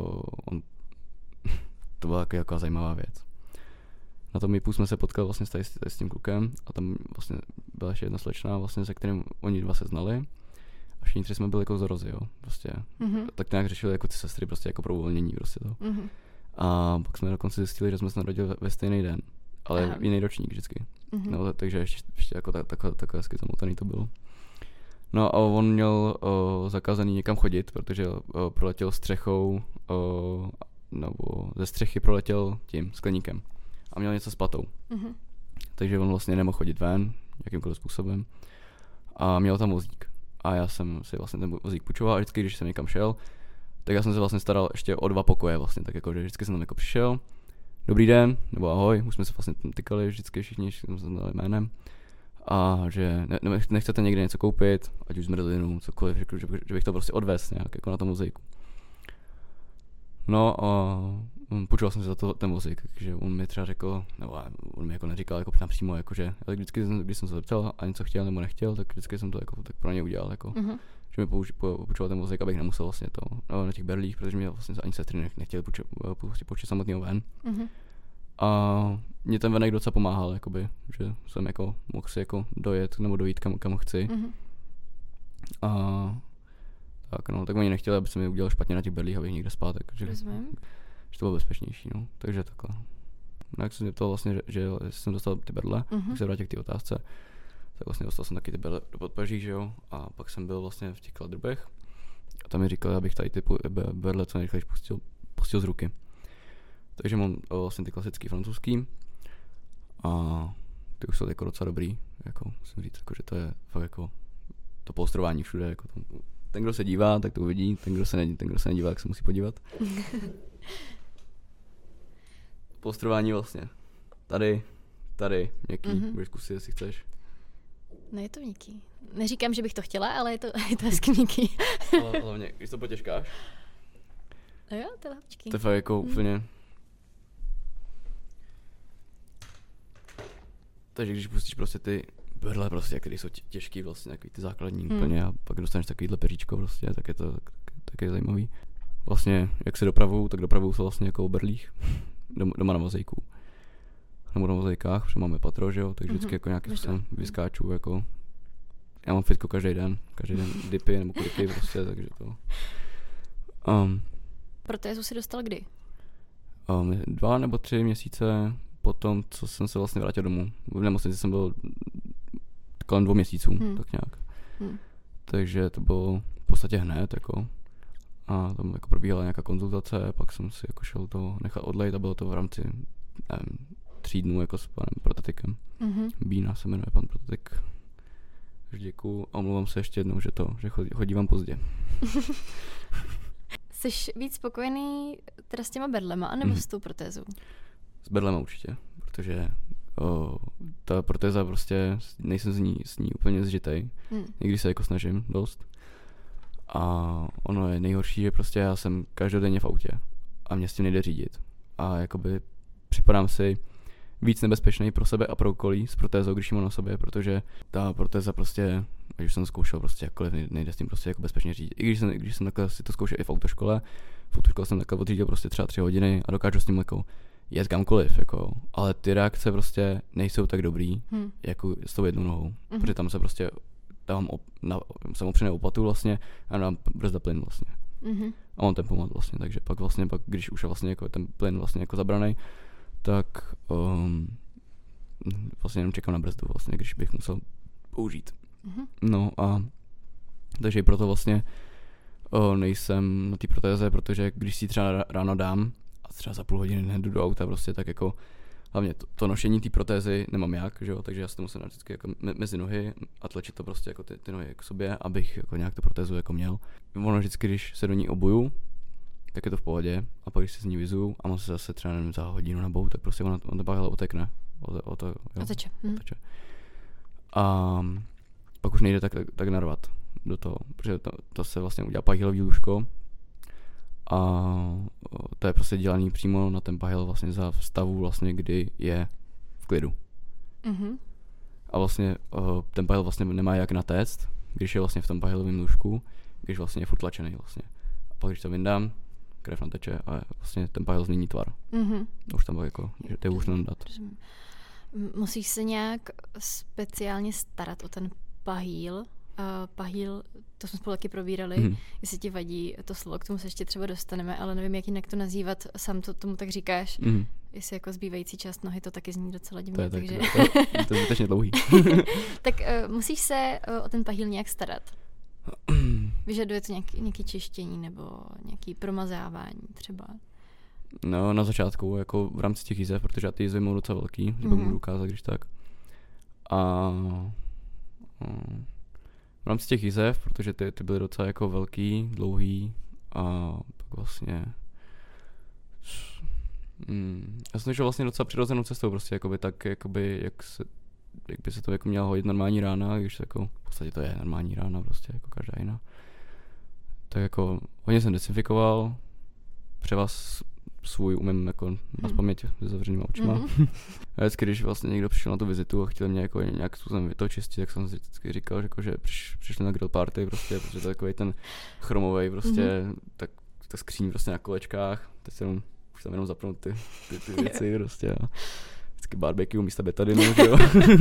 to byla jako zajímavá věc. Na tom MIPu jsme se potkali vlastně tady s tím klukem a tam vlastně byla ještě jedna slečna, vlastně, se kterým oni dva se znali a všichni tři jsme byli jako zorozy, jo, prostě. Tak nějak řešili jako ty sestry prostě jako pro uvolnění prostě to. A pak jsme dokonce zjistili, že jsme se narodili ve stejný den, ale jiný ročník vždycky. No, takže ještě jako takhle hezky zamotaný to bylo. No a on měl zakázaný někam chodit, protože proletěl střechou, nebo ze střechy proletěl tím skleníkem a měl něco s patou. Takže on vlastně nemohl chodit ven, jakýmkoliv způsobem a měl tam vozík. A já jsem si vlastně ten vozík půjčoval a vždycky, když jsem někam šel, tak já jsem se vlastně staral ještě o 2 pokoje vlastně, tak jako, že vždycky jsem tam jako přišel, dobrý den, nebo ahoj, už jsme se vlastně tykali vždycky všichni jsme se znali jménem. A že nechcete někde něco koupit, ať už zmrzlinu, cokoliv, řekl, že bych to prostě odvez nějak jako na tom vozíku. No a půjčoval jsem si za to ten vozík, takže on mi třeba řekl, nebo on mi jako neříkal jako napřímo, jakože, ale vždycky, když jsem se zeptal a něco chtěl nebo nechtěl, tak vždycky jsem to jako tak pro ně udělal, jako, že mi půjčoval ten vozík, abych nemusel vlastně to na těch berlích, protože mě vlastně ani sestry nechtěli půjčit samotného ven. A mě ten venek docela pomáhal, jakoby, že jsem jako mohl si jako dojet nebo dojít kam chci. A tak no, tak oni nechtěli, aby se mi udělal špatně na těch berlích, abych někde spát, takže že to bylo bezpečnější, no. Takže takhle. No, jak jsem mě ptal vlastně, že jsem dostal ty berle, tak se vrátil k té otázce, tak vlastně dostal jsem taky ty berle do podpaží, že jo, a pak jsem byl vlastně v těch kladrbech a tam mi říkali, abych tady ty berle co nejrychleji pustil z ruky. Takže mám vlastně ty klasický francouzský a ty už jsou jako docela dobrý, jako musím říct, jako, že to je fakt jako to polstrování všude, jako ten, kdo se dívá, tak to uvidí, ten, kdo se nedívá, tak se musí podívat. Polstrování vlastně. Tady, měkký, budeš zkusit, jestli chceš. No je to měkký. Neříkám, že bych to chtěla, ale je to hezky měkký. Ale hlavně, když to potěžkáš. No jo, to je hlavčký. To je fakt jako úplně... Takže když pustíš prostě ty berle prostě, které jsou těžký vlastně, takový ty základní úplně a pak dostaneš takovýhle peříčko prostě, tak je to taky zajímavý. Vlastně, jak se dopravují, tak dopravují se vlastně jako o berlích. Doma na vozejku. Nebo na vozejkách, protože máme patro, že jo, takže vždycky jako nějaký způsobem vyskáču, jako... Já mám fitko každý den dipy nebo kliky prostě, takže to... Protézu si dostal kdy? 2 nebo 3 měsíce potom, co jsem se vlastně vrátil domů. V nemocnici jsem byl kolem 2 měsíců, tak nějak. Takže to bylo v podstatě hned, jako. A tam jako probíhala nějaká konzultace, pak jsem si jako šel to nechat odlejt a bylo to v rámci, nevím, 3 dnů jako s panem protetikem. Bína se jmenuje pan protetik. Takže děkuju a omlouvám se ještě jednou, že chodí vám pozdě. Jsi víc spokojený teda s těma berlema, anebo s tou protézou? S berlema určitě, protože ta protéza prostě, nejsem s ní úplně zžitej. Někdy se jako snažím dost. A ono je nejhorší, že prostě já jsem každodenně v autě a mě s tím nejde řídit. A jakoby připadám si víc nebezpečný pro sebe a pro okolí s protézou, když ji mám na sobě, protože ta protéza prostě, když jsem zkoušel prostě jakkoliv, nejde s tím prostě jako bezpečně řídit. I když jsem takhle si to zkoušel i v autoškole jsem takhle odřídil prostě třeba 3 hodiny a dokážu s tím jako jet kamkoliv, jako, ale ty reakce prostě nejsou tak dobrý, jako s tou jednou nohou, protože tam se prostě jsem opřený o patu vlastně a dám brzda plyn vlastně. A mám tempomat vlastně, takže pak když už je vlastně jako ten plyn vlastně jako zabranej, tak vlastně jenom čekám na brzdu vlastně, když bych musel použít. No a takže i proto vlastně nejsem na té protéze, protože když si třeba ráno dám a třeba za půl hodiny nejdu do auta prostě, tak jako hlavně to nošení té protézy nemám jak, že jo, takže já si to musím dát vždycky jako mezi nohy a tlačit to prostě jako ty nohy k sobě, abych jako nějak tu protézu jako měl. Ono vždycky, když se do ní obuju, tak je to v pohodě a pak když se z ní vyzuju a mám se zase třeba nevím, za hodinu nabou, tak prostě on ta báhla utekne. Oteče. A pak už nejde tak narvat do toho, protože to se vlastně udělá pahilový lůžko a to je prostě dělaný přímo na ten pahil vlastně za stavu vlastně, kdy je v klidu. A vlastně ten pahil vlastně nemá jak natéct, když je vlastně v tom pahilovém lůžku, když vlastně je furt tlačený vlastně. A pak když to vyndám, krev nateče a vlastně ten pahil změní tvar. Už tam jako, že to je už nandat. Musíš se nějak speciálně starat o ten pahýl? Pahýl, to jsme spolu taky probírali, jestli ti vadí to slovo, k tomu se ještě třeba dostaneme, ale nevím, jak jinak to nazývat, sám to tomu tak říkáš, jestli jako zbývající část nohy, to taky zní docela divně, takže... To je zbytečně dlouhý. Tak musíš se o ten pahýl nějak starat? Vyžaduje to nějaké čištění nebo nějaké promazávání třeba? No, na začátku, jako v rámci těch jízev, protože já ty jízvy mám docela velký, že bych můžu ukázat, když tak. A v rámci těch jízev, protože ty byly docela jako velký, dlouhý a pak vlastně já jsem šel vlastně docela přirozenou cestou, prostě jakoby tak, jakoby, jak by se to jako měla hodit normální rána, když jako, v podstatě to je normální rána, prostě jako každá jiná. Tak jako hodně jsem dezinfikoval, převaz svůj umím jako na paměť se zavřenýma očima. A vždycky, když vlastně někdo přišel na tu vizitu a chtěl mě jako nějak způsobem vytočistit, tak jsem si vždycky říkal, že přišli na grill party prostě, protože to je takový ten chromovej prostě, tak ta skříň prostě na kolečkách, teď se už tam jenom zapnout ty věci prostě a vždycky barbecue místa betadinu, jo.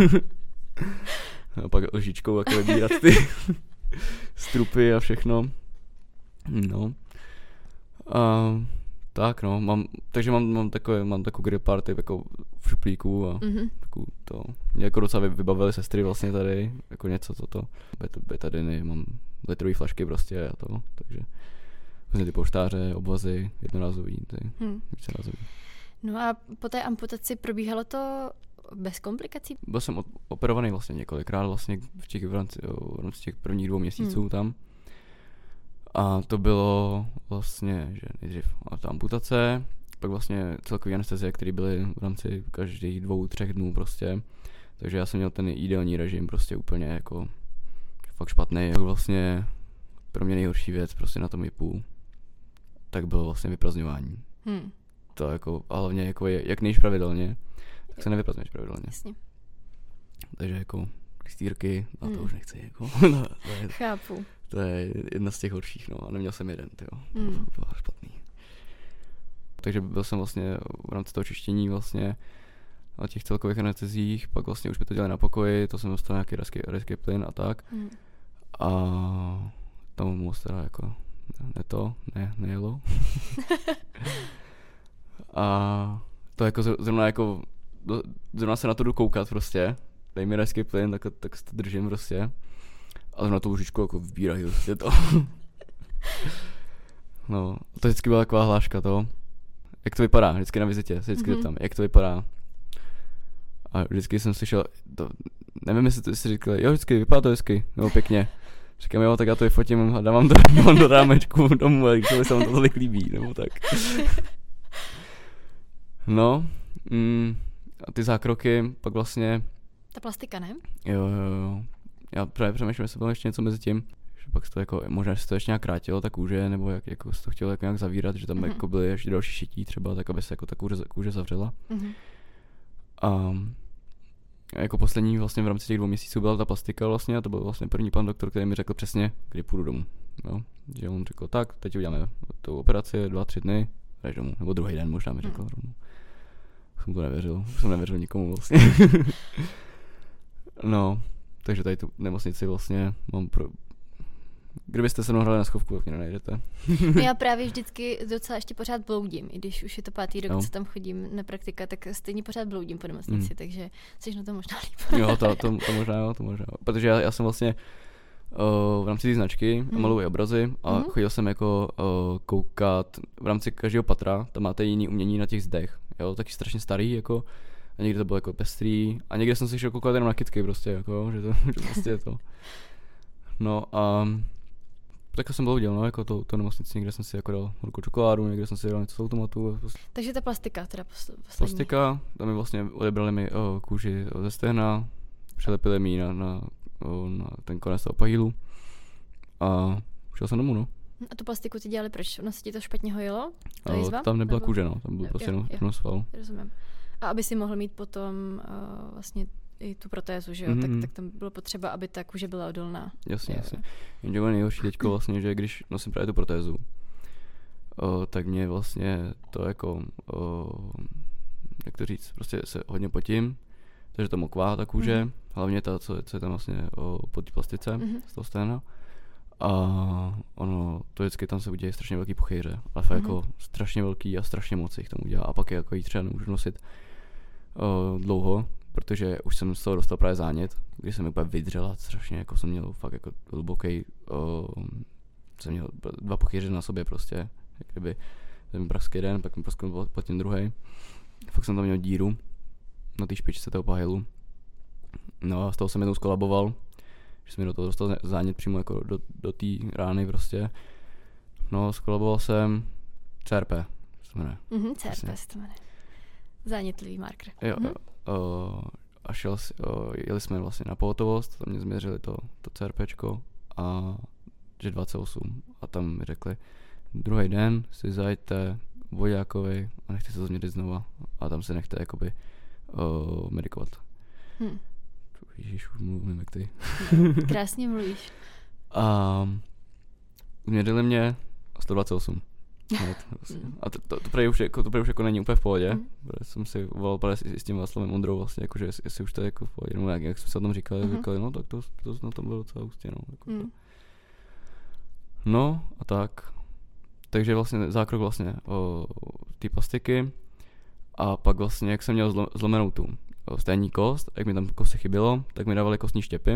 A pak lžičkou jako vybírat ty strupy a všechno. No. A Tak no, takže mám takovou grill party jako v šuplíku a takovou to. Mě jako docela vybavili sestry vlastně tady, jako něco toto. Betadiny, mám litrový flašky prostě a to, takže vlastně ty polštáře, obvazy, jednorázový, vícerazový. No a po té amputaci probíhalo to bez komplikací? Byl jsem operovaný vlastně několikrát vlastně v rámci těch prvních 2 měsíců tam. A to bylo vlastně, že nejdřív ta amputace, pak vlastně celkový anestezie, které byly v rámci každých 2-3 dnů prostě. Takže já jsem měl ten jídelní režim prostě úplně jako fakt špatný. Tak vlastně pro mě nejhorší věc prostě na tom JIPu, tak bylo vlastně vyprazňování. To jako, a hlavně jako jak nejš pravidelně, tak se nevyprazňuješ pravidelně. Jasně. Takže jako klistýrky, a to už nechci jako. Chápu. To je jedna z těch horších, no, a neměl jsem jeden, tyjo. To bylo špatný. Takže byl jsem vlastně v rámci toho čištění vlastně na těch celkových anestezích, pak vlastně už mi to dělali na pokoji, to jsem dostal nějaký rajský plyn a tak. A tam moc teda jako nejelo. A to jako zrovna se na to jdu koukat prostě, dej mi rajský plyn, tak se to držím prostě. Ale na tu lůžičku jako vybírají prostě to. No, to vždycky byla taková hláška to. Jak to vypadá, vždycky na vizitě se vždycky zeptám, jak to vypadá. A vždycky jsem slyšel, nevím jestli si říkali, jo vždycky, vypadá to hezky, nebo pěkně. Říkám, jo, tak já to vyfotím a dávám to do rámečku domů, a když se vám to tolik líbí, nebo tak. No, a ty zákroky, pak vlastně... Ta plastika, ne? Jo. Já právě přemýšlím, jestli bylo ještě něco mezi tím, že pak to jako, možná se to ještě nějak krátilo, ta kůže, nebo jak jako se to chtělo jako nějak zavírat, že tam jako byly ještě další šití třeba, tak aby se jako ta kůže zavřela. A jako poslední vlastně v rámci těch 2 měsíců byla ta plastika vlastně a to byl vlastně první pan doktor, který mi řekl přesně, kdy půjdu domů. Jo? Že on řekl, tak, teď uděláme tu operaci, 2-3 dny, jdeš domů, nebo druhý den možná mi řekl. Jsem to nevěřil, jsem nevěřil nikomu vlastně. No. Takže tady tu nemocnici vlastně mám Kdybyste se mnou hrali na schovku, tak mě nenajdete. Já právě vždycky docela ještě pořád bloudím, i když už je to 5. rok, co tam chodím na praktika, tak stejně pořád bloudím po nemocnici, takže jsi na to možná líp. Jo, to možná. Protože já jsem vlastně v rámci té značky maluji obrazy a chodil jsem jako koukat v rámci každého patra, tam máte jiný umění na těch zdech, jo, taky strašně starý, jako a někde to bylo jako pestrý a někde jsem si šel koukat jenom na kytky prostě, jako, že prostě je to. No a tak jsem bloudil, no, jako to nemocnici, někde jsem si jako dal ruku čokoládu, někde jsem si dal něco z automatu. Takže ta plastika teda poslední. Plastika, tam mi vlastně odebrali mi kůži ze stehna, přelepili mi na ten konec toho pahýlu a šel jsem domů, no. A tu plastiku ti dělali proč? Ona se ti to špatně hojilo? Tam nebyla kůže, no, tam byl prostě jenom sval. Rozumím. A aby si mohl mít potom vlastně i tu protézu, že jo, tak tam bylo potřeba, aby ta kůže byla odolná. Jasně. Jenže nejhorší teďko vlastně, že když nosím právě tu protézu, tak mě vlastně to jako, jak to říct, prostě se hodně potím, takže to mokvá ta kůže, hlavně ta, co je tam vlastně pod té plastice z toho stehna. A ono, to vždycky tam se uděje strašně velký pochýře, ale fakt jako strašně velký a strašně moc jich tam udělá. A pak je jako jí třeba nemůžu nosit dlouho, protože už jsem z toho dostal právě zánět, když jsem úplně vydřela strašně, jako jsem měl fakt jako hluboký, jsem měl 2 pochýře na sobě prostě, jak kdyby ten praskl jeden, pak mi praskl pod tím druhý. Fakt jsem tam měl díru na té špičce toho pahylu. No a z toho jsem jednou skolaboval, že jsem mi do toho dostal zánět přímo jako do té rány prostě. No, skolaboval jsem CRP, se to jmenuje. CRP se to jmenuje. Zánětlivý marker. Jo, a jeli jsme vlastně na pohotovost, tam mě změřili to CRPčko a že 28 a tam mi řekli, druhý den si zajďte vojákovi a nechte se to změřit znova a tam se nechte jakoby medikovat. Ježiš, už mluvím jak ty. Krásně mluvíš. A změřili mě 128. A to prý už jako není úplně v pohodě. Jsem si volal právě s tím Václavem Ondrou vlastně, jakože jestli už to je jako v pohodě, no jak jsme se o tom říkali, no tak to na tom bylo docela hustě, no. Jako no a tak. takže vlastně zákrok vlastně ty plastiky a pak vlastně, jak jsem měl zlomenou tu sténní kost, jak mi tam kosty chybělo, tak mi dávali kostní štěpy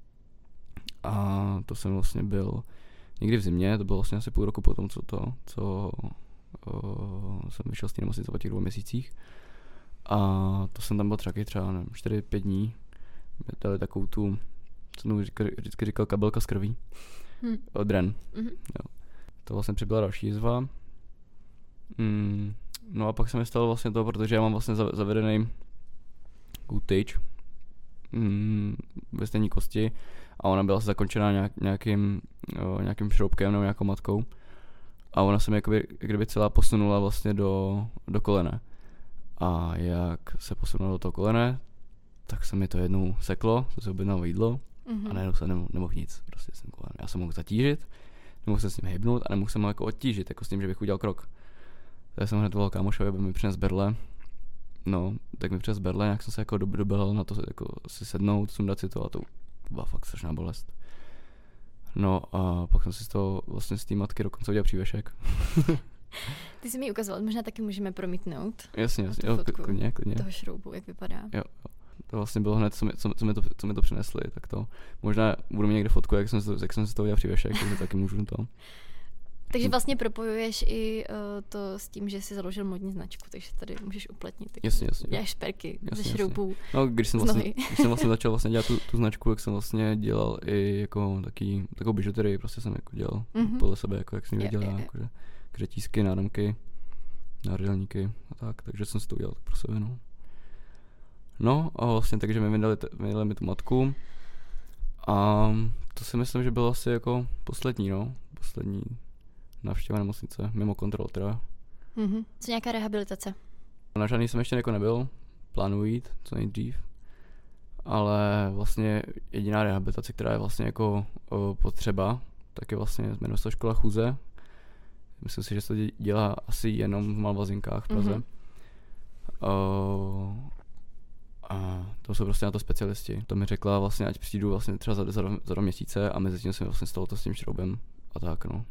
a to jsem vlastně byl někdy v zimě, to bylo vlastně asi půl roku potom, co jsem vyšel z té nemocnice po těch 2 měsících a to jsem tam byl třeba 4-5 dní, mě dali takovou tu, co jsem vždycky říkal, kabelka z krví, dren. Jo. To vlastně přibyla další jizva. No a pak se mi stalo vlastně to, protože já mám vlastně zavedený tyč ve stejné kosti a ona byla zakončená nějakým šroubkem nebo nějakou matkou a ona se mi kdyby celá posunula vlastně do kolene. A jak se posunula do toho kolene, tak se mi to jednou seklo, to se objednalo jídlo a najednou jsem nemohl nic. Prostě jsem kolem. Já jsem mohl zatížit, nemohl jsem s ním hybnout a nemohl jsem ho jako odtížit, jako s tím, že bych udělal krok. Tak jsem hned volal kámošovi, aby mi přines berle. No, tak mi přines berle, jak jsem se jako doběhl na to jako si sednout, sundat si to a to byla fakt strašná bolest. No a pak jsem si vlastně z té matky dokonce udělal přívešek. Ty jsi mi ji ukazoval, možná taky můžeme promítnout. Jasně, jo, klidně. Toho šroubu, jak vypadá. Jo. To vlastně bylo hned, co mi to přinesli, tak to možná budu mít někde fotku, jak jsem si to udělal přívešek, takže taky můžu to. Takže vlastně propojuješ i to s tím, že jsi založil modní značku, takže tady můžeš uplatnit. Jasně. Děláš šperky ze šroubů. No, když jsem vlastně začal vlastně dělat tu značku, jak jsem vlastně dělal i jako takovou bižuterii, prostě jsem jako dělal podle sebe, jako jak jsem věděl, jakože řetízky, náramky, náhrdelníky a tak, takže jsem si to udělal tak pro sebe, no. No a vlastně takže mi vydali mi tu matku a to si myslím, že bylo asi jako poslední návštěva nemocnice, mimo kontrol teda. Co nějaká rehabilitace? Na žádný jsem ještě jako nebyl, plánuji jít co nejdřív, ale vlastně jediná rehabilitace, která je vlastně jako potřeba, tak je vlastně jmenuje se škola chůze. Myslím si, že se to dělá asi jenom v Malvazinkách v Praze. A to jsou prostě na to specialisti. To mi řekla vlastně, ať přijdu vlastně třeba za 2 měsíce a mezi tím jsem vlastně stalo to s tím šroubem a tak, no.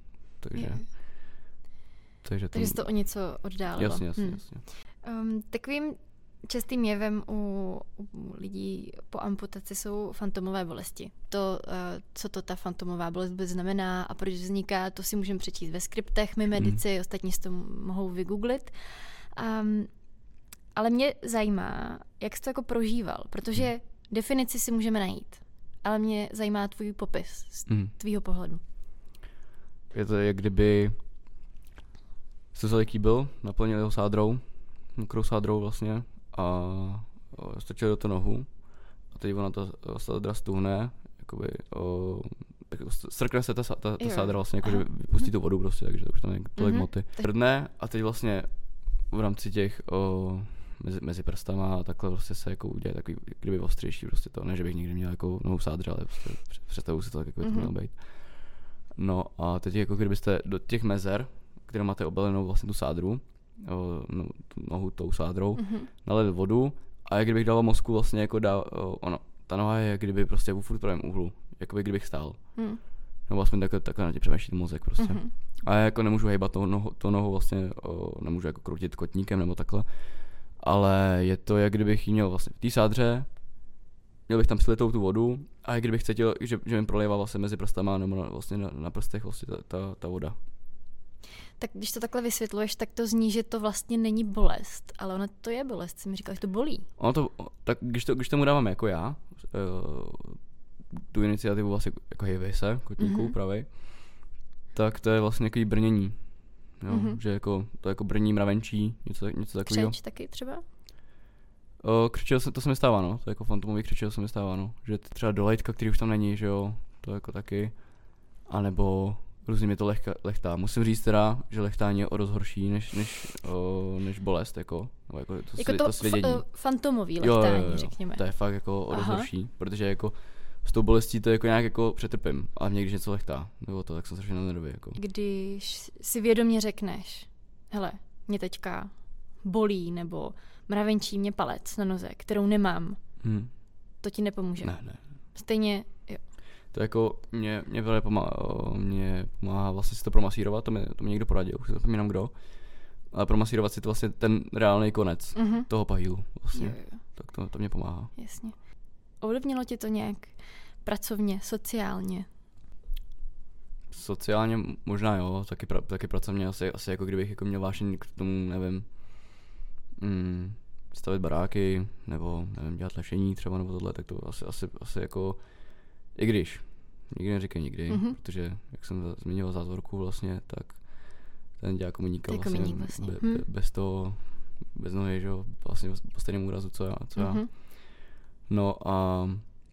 Takže jsi to o něco oddálilo. Jasně. Takovým častým jevem u lidí po amputaci jsou fantomové bolesti. To, co to ta fantomová bolest vůbec znamená a proč vzniká, to si můžeme přečíst ve skriptech, my medici, ostatní si to mohou vygooglit. Ale mě zajímá, jak jsi to jako prožíval, protože definici si můžeme najít, ale mě zajímá tvůj popis z tvýho pohledu. Je to, jak kdyby se vzali kýbl, naplnili ho sádrou, mokrou sádrou vlastně a strčili do toho nohu a teď ona ta sádra stuhne, jakoby strkne se ta sádra vlastně, jakože vypustí tu vodu prostě, takže to už tam je tolik moty. Prdne a teď vlastně v rámci těch mezi prstama a takhle prostě se jako uděje takový, kdyby ostřejší prostě to, ne, že bych nikdy měl jako nohu sádře, ale prostě představuji si to tak, jako by to mělo být. No a teď jako kdybyste do těch mezer, které máte obalenou vlastně tu sádru, tu nohu tou sádrou, nalili vodu a jak kdybych dal mozku vlastně jako ta noha je jak kdyby prostě v furt pravém úhlu, jako kdybych stál. Nebo aspoň takhle na tě přemýšlí mozek prostě. A já jako nemůžu hejbat tou nohou vlastně, nemůžu jako kroutit kotníkem nebo takhle, ale je to jak kdybych jí měl vlastně v té sádře, měl bych tam slitou tu vodu a jak kdybych cítil, že mi prolejvá vlastně mezi prstama nebo vlastně na prstech vlastně ta voda. Tak když to takhle vysvětluješ, tak to zní, že to vlastně není bolest, ale ono to je bolest, jsem mi říkal, že to bolí. Tak když tomu dávám jako já, tu iniciativu vlastně jako hejvej se, kotníků pravej, tak to je vlastně nějaký brnění. Jo? Že jako, to jako brní mravenčí, něco takového. Křeč taky třeba? Křičel to se mi stává, no. To jako fantomový křičel se mi stává, no. Že třeba dolejtka, který už tam není, že jo, to jako taky. A různě mi to lechtá. Musím říct teda, že lechtání je o dost horší než bolest, jako to svědění. Fantomový lechtání, řekněme. To je fakt jako o dost horší, protože jako s tou bolestí to jako nějak jako přetrpím, ale mě když něco lechtá, nebo to, tak jsem strašně na nervy, jako. Když si vědomě řekneš, hele, mě teďka bolí, nebo mravenčí mě palec na noze, kterou nemám, to ti nepomůže. Ne. Stejně, jo. To jako mě velmi pomáhá vlastně si to promasírovat, to mi někdo poradil, už si zapomínám kdo, ale promasírovat si to vlastně ten reálný konec toho pahýlu vlastně, tak to mě pomáhá. Jasně. Ovlivnilo tě to nějak pracovně, sociálně? Sociálně možná jo, taky pracovně asi jako kdybych jako měl vášeň k tomu, nevím, stavit baráky, nebo nevím, dělat lešení třeba, nebo tohle, tak to asi jako, i když, nikdy neříkej nikdy, protože jak jsem zmínil zázvorku vlastně, tak ten dělá komuníka vlastně, bez nohy, že jo, vlastně po stejném úrazu, co já. No a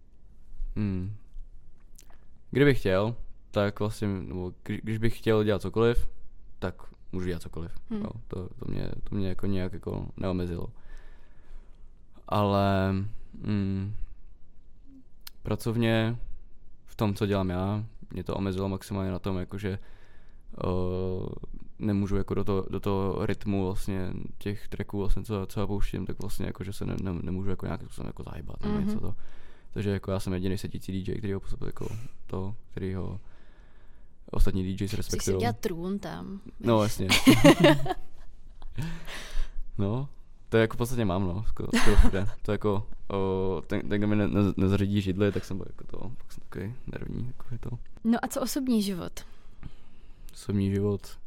kdybych chtěl, tak vlastně, nebo když bych chtěl dělat cokoliv, tak můžu dělat cokoliv. Jo, to mě jako nějak jako neomezilo. Ale pracovně v tom, co dělám já, mě to omezilo maximálně na tom, jakože nemůžu jako do toho rytmu vlastně těch tracků vlastně, co já pouštím, tak vlastně jakože se nemůžu jako nějak jako zahybat nebo něco to. Takže jako já jsem jediný sedící DJ, kterýho ostatní DJs respektují. Chceš si dělat trůn tam. No jasně. No, to je jako v podstatě mám, no. To jako, ten kdo mi nezařídí židli, tak jsem jako to, pak jsem takový nervní, jako je to. No a co osobní život? Osobní život.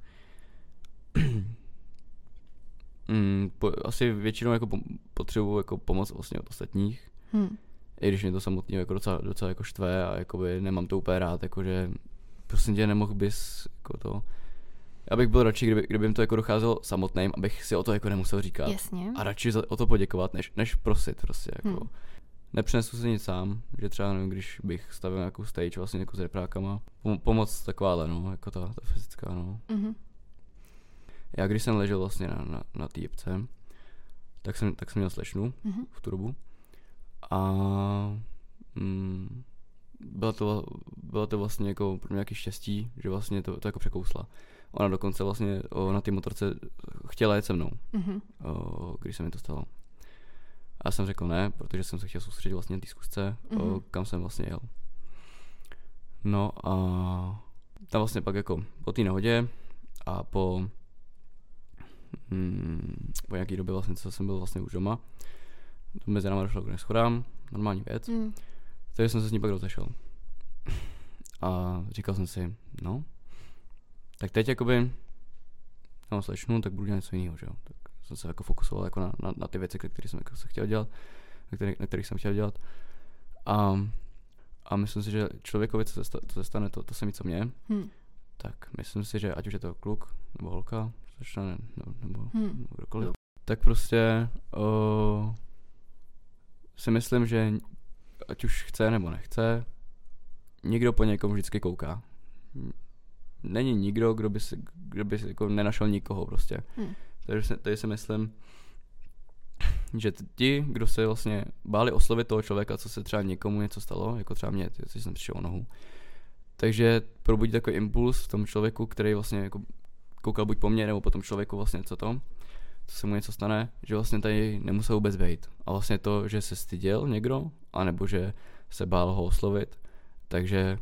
Asi většinou jako potřebuji jako pomoc vlastně od ostatních. I když mě to samotný jako docela jako štve a jakoby nemám to úplně rád, jakože prostě tě nemohl bys jako to. Já bych byl radši, kdyby jim to jako docházelo samotným, abych si o to jako nemusel říkat. Jasně. A radši o to poděkovat, než prosit prostě jako. Nepřinesu si nic sám, že třeba nevím, když bych stavil nějakou stage vlastně jako s reprákama. Pomoc takováhle, no, jako ta fyzická, no. Já když jsem ležel vlastně na té jipce, tak jsem měl slečnu v tu dobu. A bylo to vlastně jako pro mě nějaký štěstí, že vlastně to jako překousla. Ona dokonce vlastně na té motorce chtěla jet se mnou, když se mi to stalo. A já jsem řekl ne, protože jsem se chtěl soustředit vlastně na té zkusce, kam jsem vlastně jel. No a tam vlastně pak jako po té nehodě a po nějaký době vlastně, co jsem byl vlastně už doma, mezi náma došlo k neschodám, normální věc, takže jsem se s ní pak rozešel. A říkal jsem si, no, tak teď jakoby mám slečnu, tak budu dělat něco jiného, že jo. Tak jsem se jako fokusoval jako na ty věci, které jsem jako se chtěl dělat, na kterých jsem chtěl dělat. A myslím si, že člověkovi, co se stane, to samé, co mě, tak myslím si, že ať už je to kluk, nebo holka, slečna, nebo kdokoliv, tak prostě si myslím, že ať už chce nebo nechce, někdo po někom vždycky kouká. Není nikdo, kdo by si jako nenašel nikoho prostě. Takže tady si myslím, že ti, kdo se vlastně báli oslovit toho člověka, co se třeba někomu něco stalo, jako třeba mě, když jsem přišel o nohu, takže probudí takový impuls v tom člověku, který vlastně jako koukal buď po mně, nebo po tom člověku vlastně co se mu něco stane, že vlastně tady nemusel vůbec být. A vlastně to, že se styděl někdo, anebo že se bál ho oslovit, takže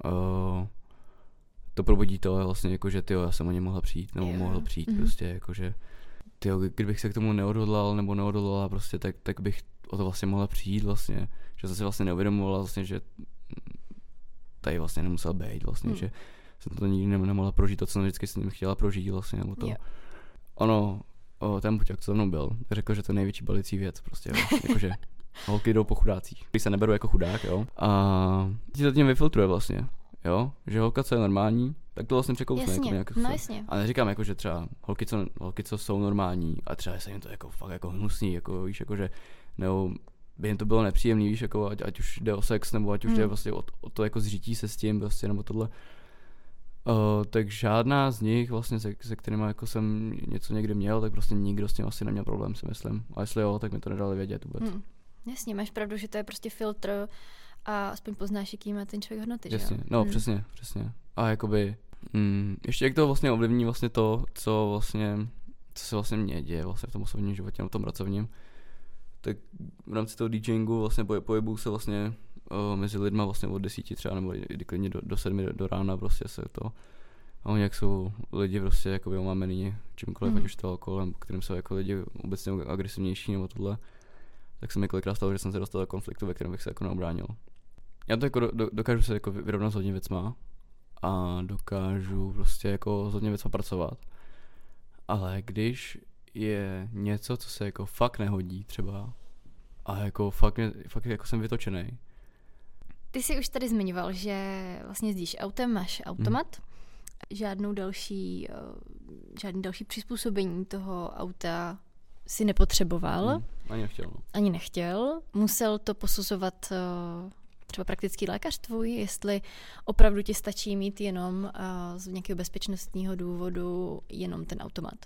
to probudí to vlastně jako, že tyjo, já jsem o ně mohla přijít, nebo mohl přijít prostě, jakože tyjo, kdybych se k tomu neodhodlal nebo neodhodlala prostě, tak bych o to vlastně mohla přijít vlastně, že jsem si vlastně neuvědomovala vlastně, že tady vlastně nemusel být vlastně, že jsem to nikdy nemohla prožít, to, co jsem vždycky s ním chtěla prožít vlastně, nebo to. Ono, ten buďak, co za mnou byl, řekl, že to je největší balicí věc prostě, jo. Jakože holky jdou po chudácích, když se neberu jako chudák, jo. A ti to tím vyfiltruje vlastně, jo, že holka, co je normální, tak to vlastně překousne. Jasně, jako nějak, no jasně. A neříkám jako, že třeba holky, co jsou normální a třeba se jim to jako fakt jako hnusný, jako víš, jako že, nebo by jim to bylo nepříjemný, víš, jako ať už jde o sex, nebo ať už jde vlastně o to jako zžití se s tím prostě, nebo tohle. Tak žádná z nich vlastně, se kterými jako jsem něco někdy měl, tak prostě nikdo s tím asi neměl problém, si myslím. A jestli jo, tak mi to nedali vědět vůbec. Jasně, máš pravdu, že to je prostě filtr a aspoň poznáš, jaký má ten člověk hodnoty, že jo? No, přesně. A jakoby, ještě jak to vlastně ovlivní vlastně to, co se vlastně mě děje vlastně v tom osobním životě, v tom pracovním, tak v rámci toho DJingu vlastně pohybuju se vlastně mezi lidma vlastně od 10 třeba, nebo i klidně do 7 do rána prostě se to. A oni jak jsou lidi prostě jako omámení čímkoliv, ať už to alkoholem, kterým jsou jako lidi obecně agresivnější nebo tohle, tak se mi kolikrát stalo, že jsem se dostal do konfliktu, ve kterém bych se jako neobránil. Já to jako dokážu se jako vyrovnat s hodně věcma a dokážu prostě jako s hodně věcma pracovat. Ale když je něco, co se jako fakt nehodí třeba a jako fakt jako jsem vytočený. Ty jsi už tady zmiňoval, že vlastně jezdíš autem, máš automat. Žádný další přizpůsobení toho auta si nepotřeboval. Ani nechtěl. Musel to posuzovat třeba praktický lékař tvůj, jestli opravdu ti stačí mít jenom z nějakého bezpečnostního důvodu jenom ten automat.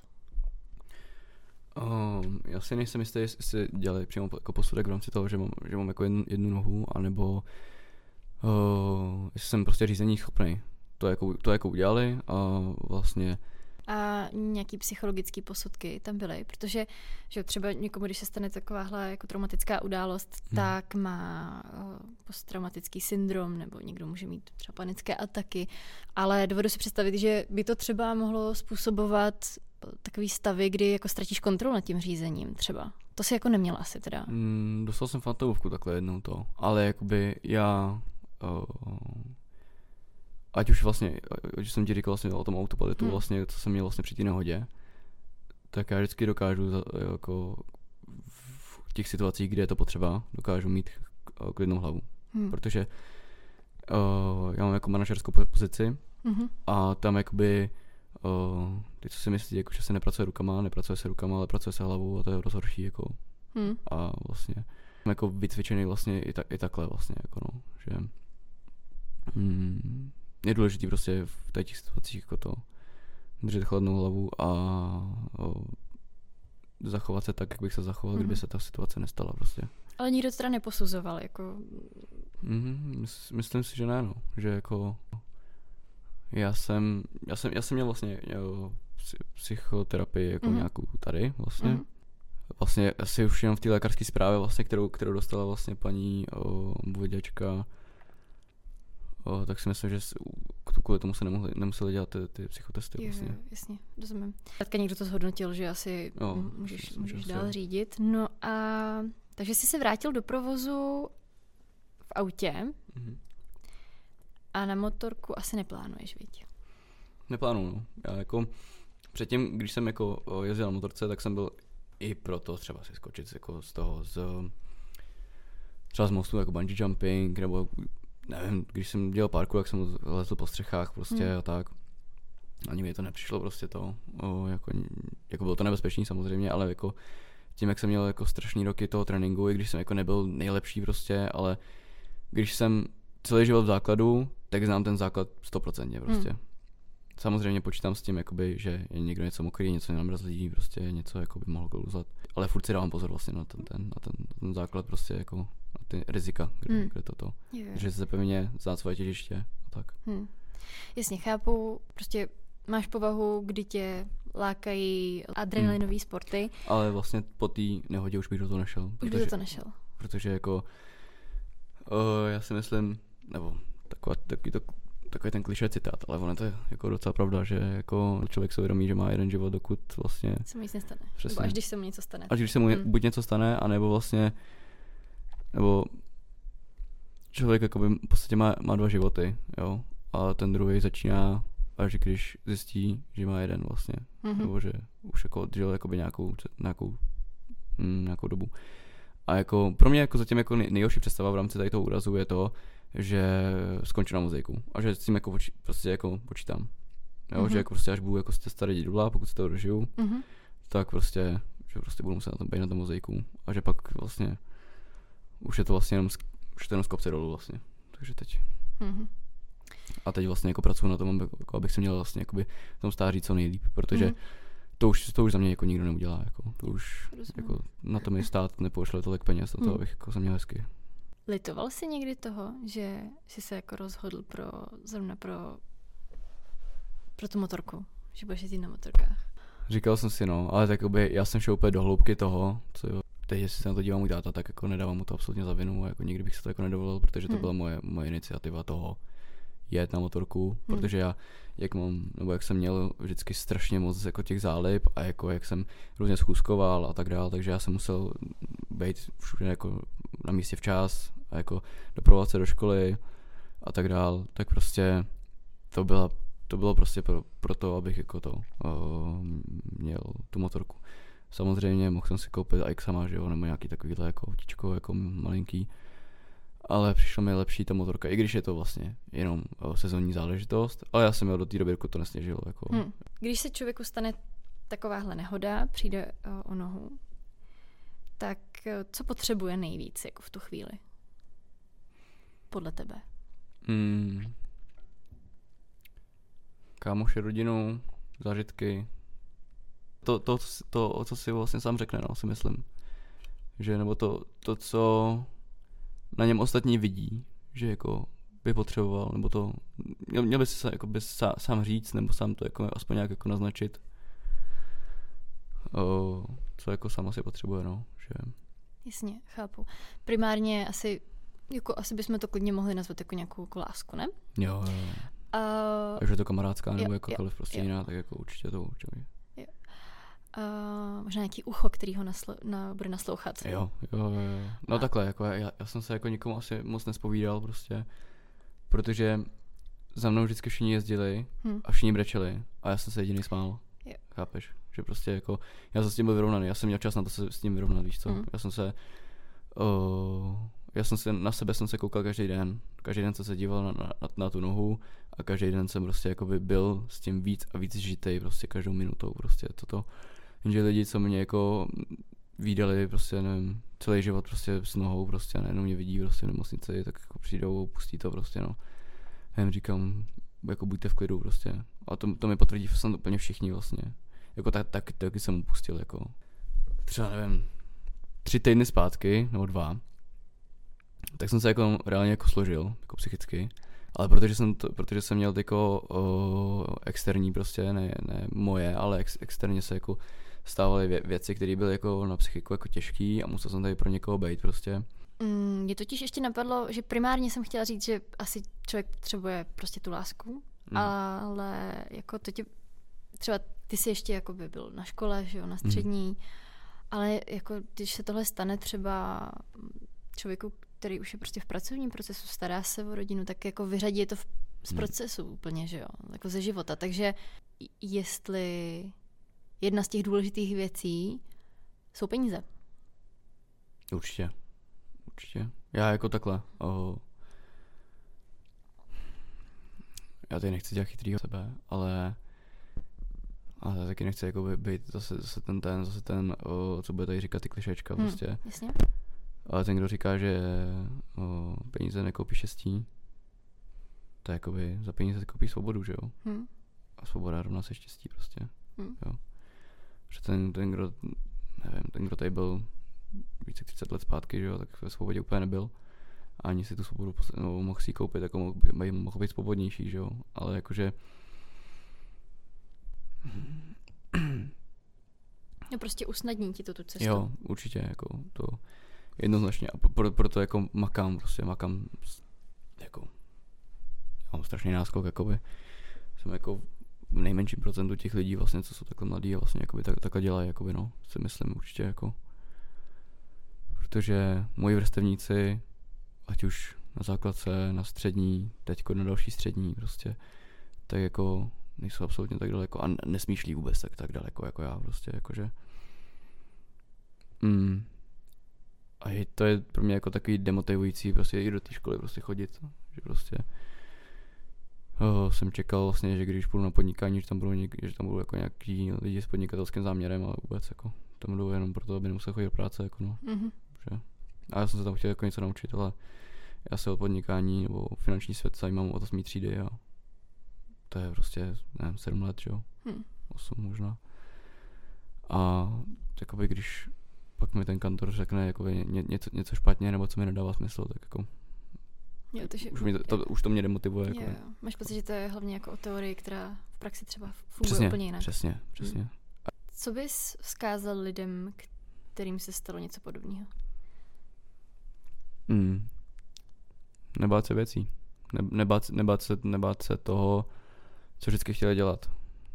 Já si nejsem jistý, jestli dělají přímo jako posudek v rámci toho, že mám jako jednu nohu, anebo jestli jsem prostě řízení schopnej. To jako udělali a vlastně... A nějaký psychologický posudky tam byly, protože že třeba někomu, když se stane takováhle jako traumatická událost, tak má posttraumatický syndrom, nebo někdo může mít třeba panické ataky, ale dovedu si představit, že by to třeba mohlo způsobovat takový stavy, kdy jako ztratíš kontrolu nad tím řízením třeba. To si jako neměl asi teda. Dostal jsem fantovku takhle jednou to, ale jakoby já... ať už vlastně, když jsem ti říkal vlastně o tom autopilotu, vlastně, co jsem měl vlastně při té nehodě, tak já vždycky dokážu jako v těch situacích, kde je to potřeba, dokážu mít klidnou hlavu. Protože já mám jako manažerskou pozici a tam jakoby ty, co si myslí, jako, že se nepracuje se rukama, ale pracuje se hlavou a to je rozhorší jako. A vlastně jsem jako vycvičený vlastně i takhle vlastně jako no, že je důležitý prostě v těch situacích jako to držet chladnou hlavu a zachovat se tak, jak bych se zachoval, kdyby se ta situace nestala prostě. Ale nikdo to teda neposuzoval, jako... Myslím si, že ne, no. Že jako... Já jsem měl vlastně psychoterapii jako nějakou tady vlastně. Vlastně asi už jenom v té lékařské zprávě vlastně, kterou dostala vlastně paní Voděčka, tak si myslím, že kvůli tomu se nemuseli dělat ty psychotesty. Vlastně. Jo, jasně, rozumím. Tatka někdo to zhodnotil, že asi můžeš dál řídit. No a takže jsi se vrátil do provozu v autě a na motorku asi neplánuješ, viď? Neplánuju, no. Já jako předtím, když jsem jako jezdil na motorce, tak jsem byl i proto třeba si skočit jako třeba z mostu jako bungee jumping, nebo nevím, když jsem dělal parkour, tak jsem lezl po střechách prostě a tak. Ani mi to nepřišlo prostě to, jako bylo to nebezpečný samozřejmě, ale jako tím, jak jsem měl jako strašný roky toho tréninku, i když jsem jako nebyl nejlepší prostě, ale když jsem celý život v základu, tak znám ten základ 100% prostě. Samozřejmě počítám s tím, jakoby, že je někdo něco mokrý, něco namrzlí, prostě něco jako by mohlo klouzat. Ale furt si dávám pozor vlastně na ten základ prostě jako na ty rizika, kde toto. Že se pevně znát svoje těžiště a tak. Jasně, chápu, prostě máš povahu, kdy tě lákají adrenalinové sporty. Ale vlastně po té nehodě už bych do toho nešel. Protože jako já si myslím, nebo takový ten klišé citát, ale ono to je jako docela pravda, že jako člověk se uvědomí, že má jeden život, dokud vlastně... Se mu nic nestane. Nebo až když se mu něco stane. Až když se mu buď něco stane, anebo vlastně... Nebo člověk jakoby v podstatě má dva životy, jo. A ten druhý začíná, až když zjistí, že má jeden vlastně. Nebo že už jako odžil jakoby nějakou dobu. A jako pro mě jako zatím jako nejhorší představa v rámci tady toho úrazu je to, že skončím na mozaiku a že s tím jako prostě jako počítám. Jo, že jako prostě až budu jako starý dědula, pokud se toho dožiju, tak prostě, že prostě budu muset být na tom mozaiku a že pak vlastně už je to vlastně jenom z kopce dolů vlastně. Takže teď. A teď vlastně jako pracuji na tom, jako abych se měl vlastně jakoby v tom stáří co nejlíp, protože to už za mě jako nikdo neudělá, jako to už jako na to mi stát nepošle tolik peněz na to, abych jako se měl hezky. Litoval jsi někdy toho, že jsi se jako rozhodl zrovna pro tu motorku, že budeš jezdit na motorkách? Říkal jsem si, no, ale tak já jsem šel úplně do hloubky toho, teď, jestli se na to dívá můj táta, tak jako nedávám mu to absolutně za vinu a jako nikdy bych se to jako nedovolil, protože to byla moje iniciativa toho jet na motorku, protože já, jak jsem měl vždycky strašně moc jako těch zálib a jako jak jsem různě schůzkoval a tak dál, takže já jsem musel být všude jako na místě včas a jako doprovodit se do školy a tak dál, tak prostě to bylo prostě pro to, abych jako měl tu motorku. Samozřejmě mohl jsem si koupit i sama, že jo, nebo nějaký takovýhle jako autíčko, jako malinký, ale přišlo mi lepší ta motorka, i když je to vlastně jenom sezónní záležitost, ale já jsem měl do té doby, jako to nesněžil. Jako. Když se člověku stane takováhle nehoda, přijde o nohu, tak co potřebuje nejvíc jako v tu chvíli? Podle tebe? Kámoši, rodinu, zážitky. To, co si vlastně sám řekne, no, si myslím. Že, nebo to, co na něm ostatní vidí, že jako by potřeboval, nebo to měl by si jako sám říct, nebo sám to jako aspoň nějak jako naznačit, co jako sám asi potřebuje, no, že... Jasně, chápu. Primárně asi bychom to klidně mohli nazvat jako nějakou lásku, ne? Jo. Takže je to kamarádská, nebo jakkoliv prostě jiná, tak jako určitě to určitě. Možná nějaký ucho, který ho bude naslouchat. Jo. No takhle, jako já jsem se jako nikomu asi moc nespovídal prostě, protože za mnou vždycky všichni jezdili a všichni brečeli a já jsem se jediný smál. Jo. Chápeš? Že prostě jako, já jsem s tím byl vyrovnaný, já jsem měl čas na to se s tím vyrovnat, víš co? Já jsem se na sebe jsem se koukal každý den jsem se díval na tu nohu a každý den jsem prostě jakoby byl s tím víc a víc žitej prostě každou minutou prostě toto. Jenže lidi, co mě jako vídali prostě, nevím, celý život prostě s nohou prostě, najednou mě vidí prostě v nemocnici, tak jako přijdou, pustí to prostě, no. Já jim říkám, jako buďte v klidu prostě. A to mi potvrdí snad úplně všichni vlastně. Jako taky jsem mu pustil, jako třeba nevím, 3 týdny zpátky, nebo 2, tak jsem se jako reálně jako složil, jako psychicky, ale protože jsem měl jako externí prostě, ne moje, ale externě se jako stávaly věci, které byly jako na psychiku jako těžký a musel jsem tady pro někoho bejt prostě. Mě totiž ještě napadlo, že primárně jsem chtěla říct, že asi člověk potřebuje prostě tu lásku, ale jako to třeba ty jsi ještě jako by byl na škole, že jo, na střední, ale jako když se tohle stane třeba člověku, který už je prostě v pracovním procesu, stará se o rodinu, tak jako vyřadí je to z procesu úplně, že jo, jako ze života. Takže jestli jedna z těch důležitých věcí jsou peníze. Určitě. Já jako takhle. Já tady nechci dělat chytrýho sebe, ale taky nechci jako být zase ten, co bude tady říkat ty klišečka prostě. Jasně. Ale ten, kdo říká, že peníze nekoupí štěstí, to jakoby za peníze koupí svobodu, že jo? A svoboda rovná se štěstí prostě. Jo. Že ten, kdo tady byl více 30 let zpátky, že jo, tak ve svobodě úplně nebyl. A ani si tu svobodu mohl si koupit, jako mohl být svobodnější, že jo? Ale jakože... No prostě usnadní ti to tu cestu. Jo, určitě, jako to jednoznačně. A proto jako makám jako já mám strašný náskok, jakoby jsem jako v nejmenším procentu těch lidí vlastně, co jsou takhle mladí a vlastně jakoby takhle dělají, jakoby no, si myslím určitě jako. Protože moji vrstevníci, ať už na základce, na střední, teďko na další střední prostě, tak jako nejsou absolutně tak daleko a nesmýšlí vůbec tak daleko jako já prostě, jakože. A to je pro mě jako takový demotivující prostě i do té školy prostě chodit, že prostě jsem čekal vlastně, že když půjdu na podnikání, že tam budou jako nějaký lidi s podnikatelským záměrem, ale vůbec jako tam jdou jenom proto, aby nemusel chodit do práce, jako no. Že? A já jsem se tam chtěl jako něco naučit, ale já se od podnikání nebo finanční svět zajímám od 8. třídy a to je prostě, nevím, 7 let, jo? 8 možná. A jakoby když pak mi ten kantor řekne jakoby něco špatně, nebo co mi nedává smysl, tak jako jo, už to mě demotivuje. Jako. Jo. Máš pocit, že to je hlavně jako o teorii, která v praxi třeba funguje úplně jinak. Přesně. Co bys vzkázal lidem, kterým se stalo něco podobného? Nebát se věcí. Nebát se toho, co vždycky chtěli dělat.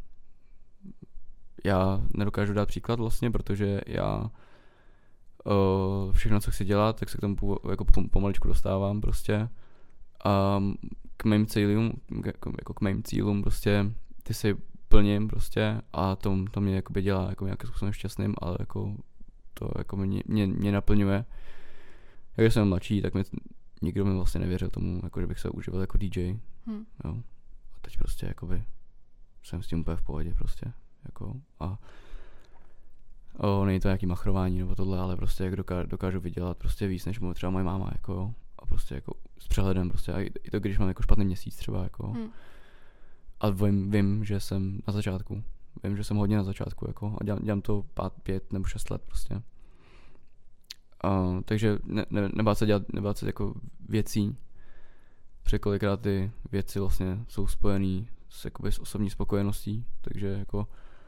Já nedokážu dát příklad vlastně, protože já všechno, co chci dělat, tak se k tomu jako pomaličku dostávám prostě. A k mým cílům prostě ty si plním prostě a to mě jakoby dělá jako nějakým způsobem šťastným, ale jako to jako mě naplňuje. Jak jsem mladší, tak nikdo mi vlastně nevěřil tomu, jako že bych se užíval jako DJ. Jo. A teď prostě jakoby jsem s tím úplně v pohodě prostě. Jako a není to nějaký machrování nebo tohle, ale prostě jak dokážu vydělat prostě víc, než třeba moje máma, jako a prostě jako s přehledem prostě a i to, když mám jako špatný měsíc třeba, jako a vím, že jsem na začátku, vím, že jsem hodně na začátku, jako a dělám to 5 nebo 6 let prostě. Takže nebát se jako věcí, protože kolikrát ty věci vlastně jsou spojený s osobní spokojeností, takže jako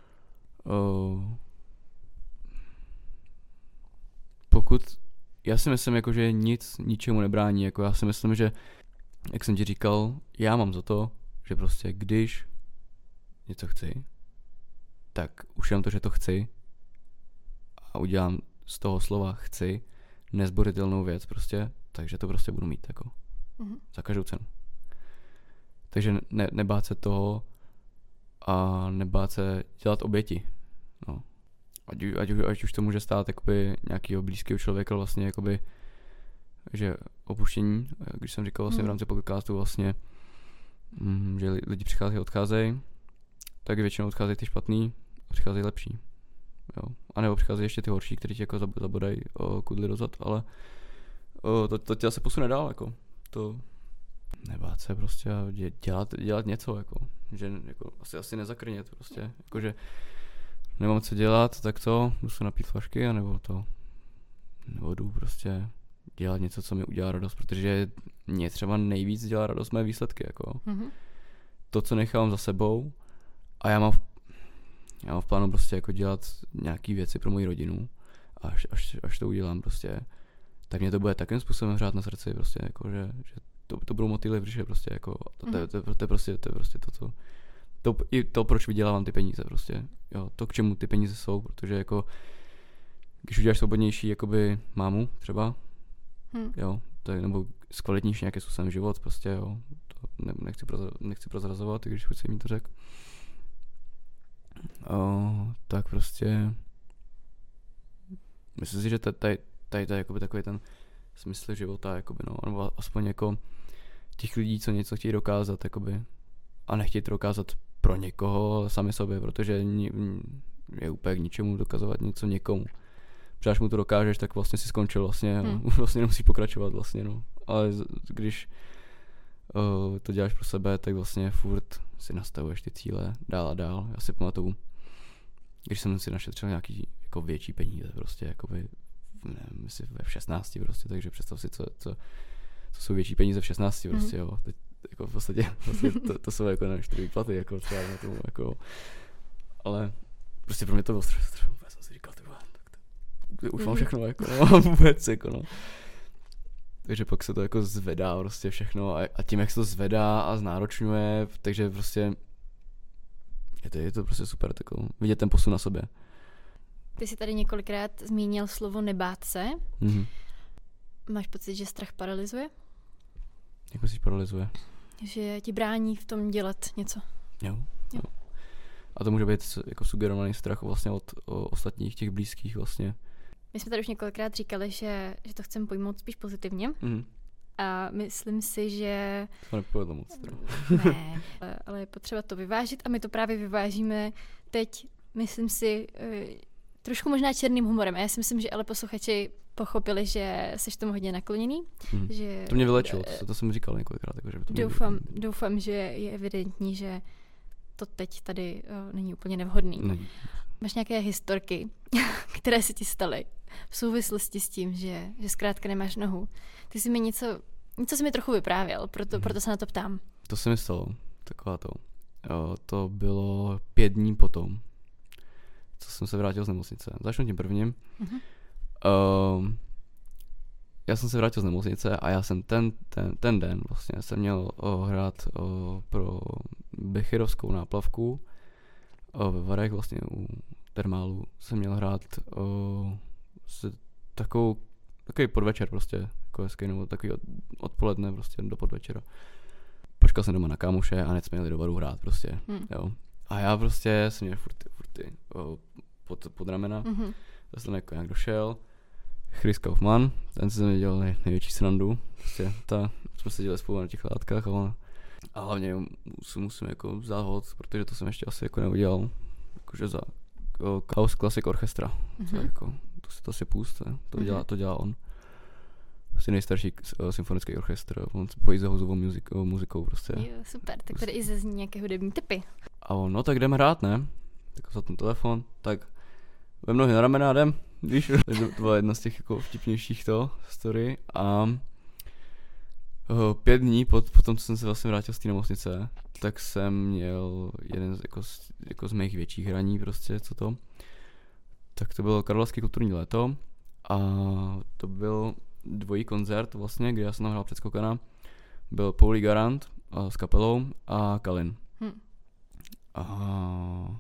pokud já si myslím, jako, že nic ničemu nebrání, jako já si myslím, že jak jsem ti říkal, já mám za to, že prostě když něco chci, tak už jenom to, že to chci a udělám z toho slova chci nezboritelnou věc prostě, takže to prostě budu mít jako za každou cenu. Takže nebát se toho a nebát se dělat oběti. No. Ať už to může stát jakoby nějakýho blízkého člověka vlastně jakoby, že opuštění, když jsem říkal vlastně v rámci podcastu vlastně, že lidi přicházejí a odcházejí, tak většinou odcházejí ty špatný a přicházejí lepší. Jo. A nebo přicházejí ještě ty horší, kteří ti jako zabodají kudly dozad, ale to tě se posune dál, jako to nebát se prostě a dělat něco, jako, že jako, asi nezakrnět prostě, jakože nemám co dělat, tak to, jdu se napít flašky, nebo jdu prostě dělat něco, co mi udělá radost, protože mě třeba nejvíc dělá radost mé výsledky, jako to, co nechám za sebou a já mám v plánu prostě jako dělat nějaký věci pro moji rodinu a až to udělám prostě, tak mě to bude takým způsobem hřát na srdci prostě, jako, že to budou motýly v břiše prostě, jako, to je prostě to, co to, proč vydělávám ty peníze prostě, jo, to, k čemu ty peníze jsou, protože jako, když uděláš svobodnější, jakoby mámu třeba, jo, to je, nebo zkvalitníš nějaký způsobem život, prostě, jo, to nechci prozrazovat, i když chci mi to řekl, tak prostě, myslím si, že tady je jakoby takový ten smysl života, jakoby, no, nebo aspoň jako těch lidí, co něco chtějí dokázat, jakoby, a nechtějí to dokázat pro někoho, sami sobě, protože je úplně k ničemu dokazovat něco někomu. Protože až mu to dokážeš, tak vlastně si skončil vlastně, vlastně nemusíš pokračovat vlastně, no. Ale když to děláš pro sebe, tak vlastně furt si nastavuješ ty cíle dál a dál. Já si pamatuju, když jsem si našetřil nějaký jako větší peníze, prostě jakoby, nevím, myslím v 16 prostě, takže představ si, co jsou větší peníze v 16 prostě, jo. Teď, jako v podstatě to jsou jako na 4 výplaty, jako třeba na tomu, jako, ale prostě pro mě to bylo strašně, já jsem si říkal, tak už mám všechno, jako, no, vůbec, jako, no. Takže pak se to jako zvedá prostě všechno a tím, jak se to zvedá a znáročňuje, takže prostě je to prostě super, tako, vidět ten posun na sobě. Ty jsi tady několikrát zmínil slovo nebát se. Máš pocit, že strach paralyzuje? Jak myslíš paralyzuje? Že ti brání v tom dělat něco. Jo. A to může být jako sugerovaný strach vlastně od ostatních těch blízkých vlastně. My jsme tady už několikrát říkali, že to chceme pojmout spíš pozitivně. A myslím si, že... To nepovedlo moc. Ne, ale je potřeba to vyvážit a my to právě vyvážíme teď, myslím si, trošku možná černým humorem. A já si myslím, že ale posluchači pochopili, že jsi tomu hodně nakloněný. Že, to mě vylečilo, to jsem říkal několikrát. Jako, že to doufám, že je evidentní, že to teď tady není úplně nevhodný. Není. Máš nějaké historky, které se ti staly v souvislosti s tím, že zkrátka nemáš nohu. Ty jsi mi něco si mi trochu vyprávěl, proto se na to ptám. To se mi stalo, taková to. To bylo 5 dní potom, co jsem se vrátil z nemocnice. Začnu tím prvním. Já jsem se vrátil z nemocnice a já jsem ten den vlastně jsem měl hrát pro Becherovskou náplavku ve Varech, vlastně u termálu jsem měl hrát takový podvečer prostě, jako hezký, nebo takový odpoledne prostě do podvečera. Počkal jsem doma na kámoše a hned jsme jeli do baru hrát prostě, jo. A já prostě jsem měl furt pod ramena, já jsem jako nějak došel. Chris Kaufmann, ten si mi dělal největší srandu, prostě jsme seděli spolu na těch látkách a hlavně musím jako vzát hod, protože to jsem ještě asi jako neudělal, jakože za Chaos Classic Orchestra, jako, to si pust, to dělá on. Asi nejstarší symfonický orchestr, on se pojí za houzovou muzikou prostě. Jo, super, tak tady i zazní nějaké hudební tipy. A on, no tak jdeme hrát, ne? Tak vzal ten telefon, tak vem nohy na ramena, jdem, víš? Takže to byla jedna z těch jako vtipnějších story a 5 dní potom, co jsem se vlastně vrátil z té nemocnice, tak jsem měl jeden z mých větších hraní prostě, tak to bylo Karlovarské kulturní léto a to byl dvojí koncert vlastně, kde já jsem tam hrál předskokana. Byl Pauli Garant s kapelou a Kalin. A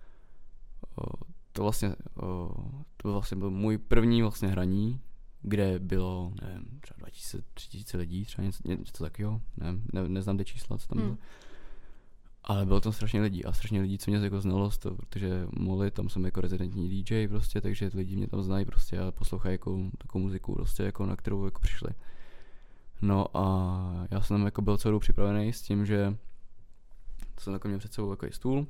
to byl můj první vlastně hraní, kde bylo, nevím, třeba 2000 lidí, třeba něco takového, neznám ty čísla, co tam bylo. Ale bylo tam strašně lidí a strašně lidí, co mě jako znalo, protože Molly, tam jsem jako rezidentní DJ prostě, takže lidi mě tam znají prostě a poslouchají jako takovou muziku prostě, jako na kterou jako přišli. No a já jsem tam jako byl celou připravený s tím, že jsem jako měl před sebou takový stůl,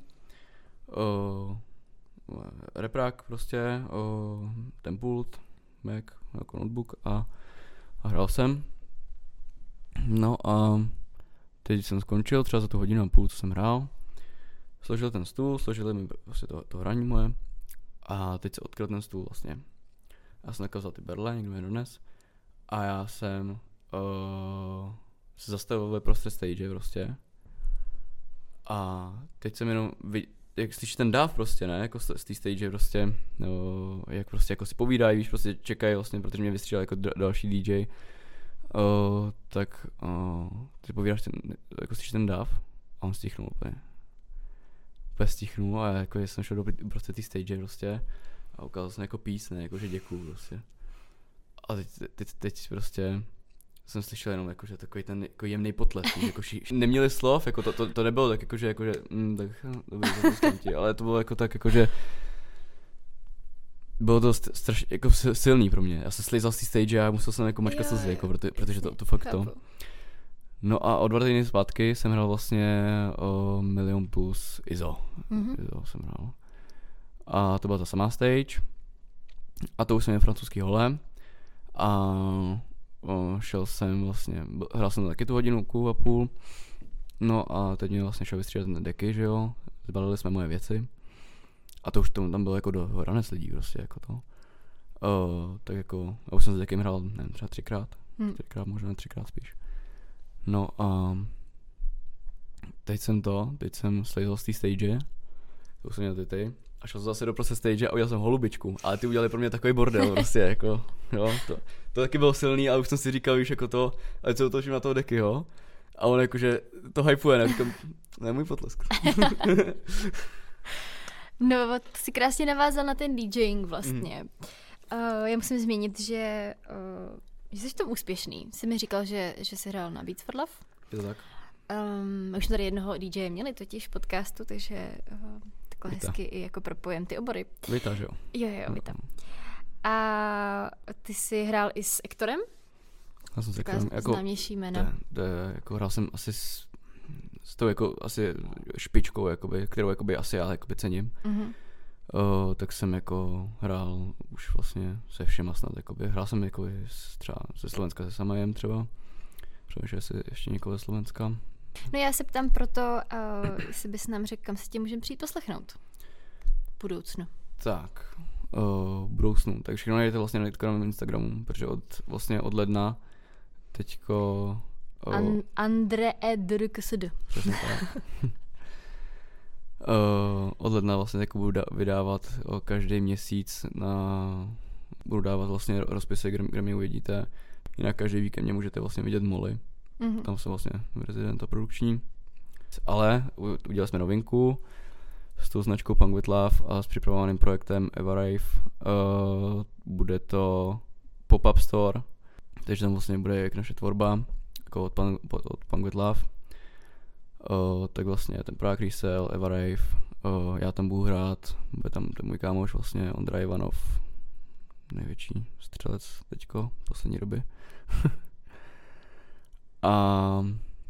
reprák prostě, ten pult, Mac, jako notebook a hrál jsem. No a teď jsem skončil, třeba za tu hodinu a půl, co jsem hrál. Složil ten stůl, složili mi vlastně to hraní moje a teď se odkryl ten stůl vlastně. Já jsem vzal ty berle, někdo mě dones a já jsem se zastavil prostřed stage prostě. A teď jsem jenom jak slyšíš ten dáv prostě, ne, jako z té stage prostě, jak prostě jako si povídají, víš, prostě čekají vlastně, protože mě vystřídal jako další DJ. Tak ty povídáš, jako slyšíš ten dáv a on stichnul úplně stichnul a jako jsem šel do prostě té stage prostě a ukázal jsem jako písne, jako že děkuju prostě. A teď prostě jsem slyšel jenom jakože takový ten jako jemný potlesk, jako neměli slov, jako to nebylo tak jakože tak dobrý, ale to bylo jako tak jakože bylo to strašně jako silný pro mě. Já jsem slízal z té stage a musel jsem jako mačkat slzy, jako, protože to fakt to. No a o 2 týdny zpátky jsem hrál vlastně Milion plus ISO. ISO jsem hrál. A to byla ta samá stage. A to už jsem měl francouzský hole. A šel jsem vlastně, hrál jsem taky tu hodinu a půl. No a teď mě vlastně šel vystřídat na deky, že jo. Zbalili jsme moje věci. A to už tam bylo jako do ranec lidí prostě jako to. Tak jako, já už jsem s dekým hrál, nevím, třeba 3krát, možná 3krát spíš. No a teď jsem slejzal z té stage, to už jsem měl ty a šel jsem zase do prostě stage a udělal jsem holubičku, ale ty udělali pro mě takový bordel prostě jako, jo, to taky bylo silný a už jsem si říkal, víš, jako to, ale co utočím na toho deky, jo. A on jakože to hypuje, ne, říkám, ne, můj potlesk. No, to si krásně navázal na ten DJing vlastně. Já musím zmínit, že jsi v tom úspěšný. Jsi mi říkal, že jsi hrál na Beats for Love. Je to tak? My už tady jednoho DJ měli totiž v podcastu, takže takhle hezky i jako propojem ty obory. Vítá, že jo? Jo, vítám. A ty jsi hrál i s Ektorem? Já jsem s Ektorem, jako známější jména. Jako hrál jsem asi s tou jako asi špičkou, jakoby, kterou jakoby asi já jakoby cením. Tak jsem jako hrál už vlastně se všema snad, jakoby. Hrál jsem jako třeba ze Slovenska se Samajem třeba. Přemýšlím, jestli ještě někoho ze Slovenska. No já se ptám proto, jestli bys nám řekl, kam se tě můžeme přijít poslechnout v budoucnu. Tak, v budoucnu. Tak všechno najdete vlastně na mém Instagramu, protože od ledna teďko Andre Edrksd. Přesně tak. Od ledna vlastně budu vydávat každý měsíc budu dávat vlastně rozpisy, kde mě uvidíte. Jinak každý víkend mě můžete vlastně vidět Molly. Tam jsem vlastně rezident a produkční. Ale udělali jsme novinku s tou značkou Punk with Love a s připravovaným projektem Eva Rave. Bude to pop-up store, takže tam vlastně bude jak naše tvorba, jako od Punk with Love. Tak vlastně ten Prague Resell, Eva Rave, já tam budu hrát, bude tam ten můj kámoš vlastně Ondra Ivanov, největší střelec teďko v poslední době. A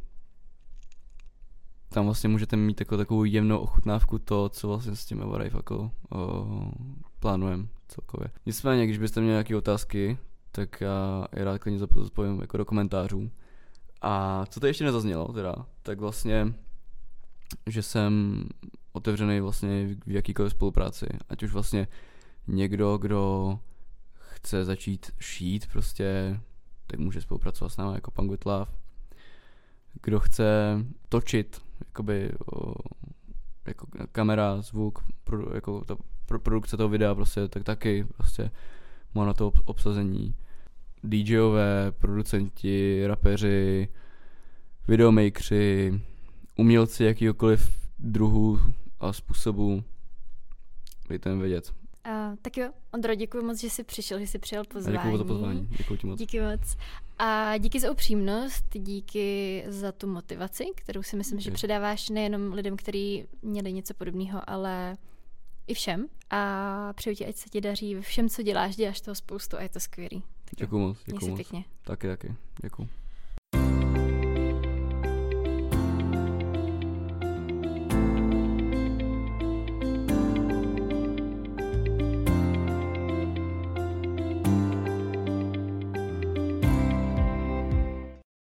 tam vlastně můžete mít takovou jemnou ochutnávku to, co vlastně s tím Eva Rave jako plánujeme celkově. Nicméně, když byste měli nějaké otázky, tak já je rád klidně zodpovím jako do komentářů. A co to ještě nezaznělo teda, tak vlastně, že jsem otevřený vlastně v jakýkoliv spolupráci, ať už vlastně někdo, kdo chce začít šít prostě, tak může spolupracovat s námi jako Punk with Love. Kdo chce točit, jakoby jako kamera, zvuk, jako ta produkce toho videa prostě, tak taky prostě má na to obsazení. DJové, producenti, rapeři, videomakeri, umělci jakýhokoliv druhu a způsobu, dejte jim vědět. Tak jo, Ondro, děkuji moc, že jsi přišel, že jsi přijal pozvání. Děkuji za pozvání, děkuji ti moc. Díky moc. A díky za upřímnost, díky za tu motivaci, kterou si myslím, že předáváš nejenom lidem, kteří měli něco podobného, ale i všem. A přeju ti, ať se ti daří ve všem, co děláš toho spoustu a je to skvělý. Děkuji moc, Měj se pěkně. Taky, děkuji.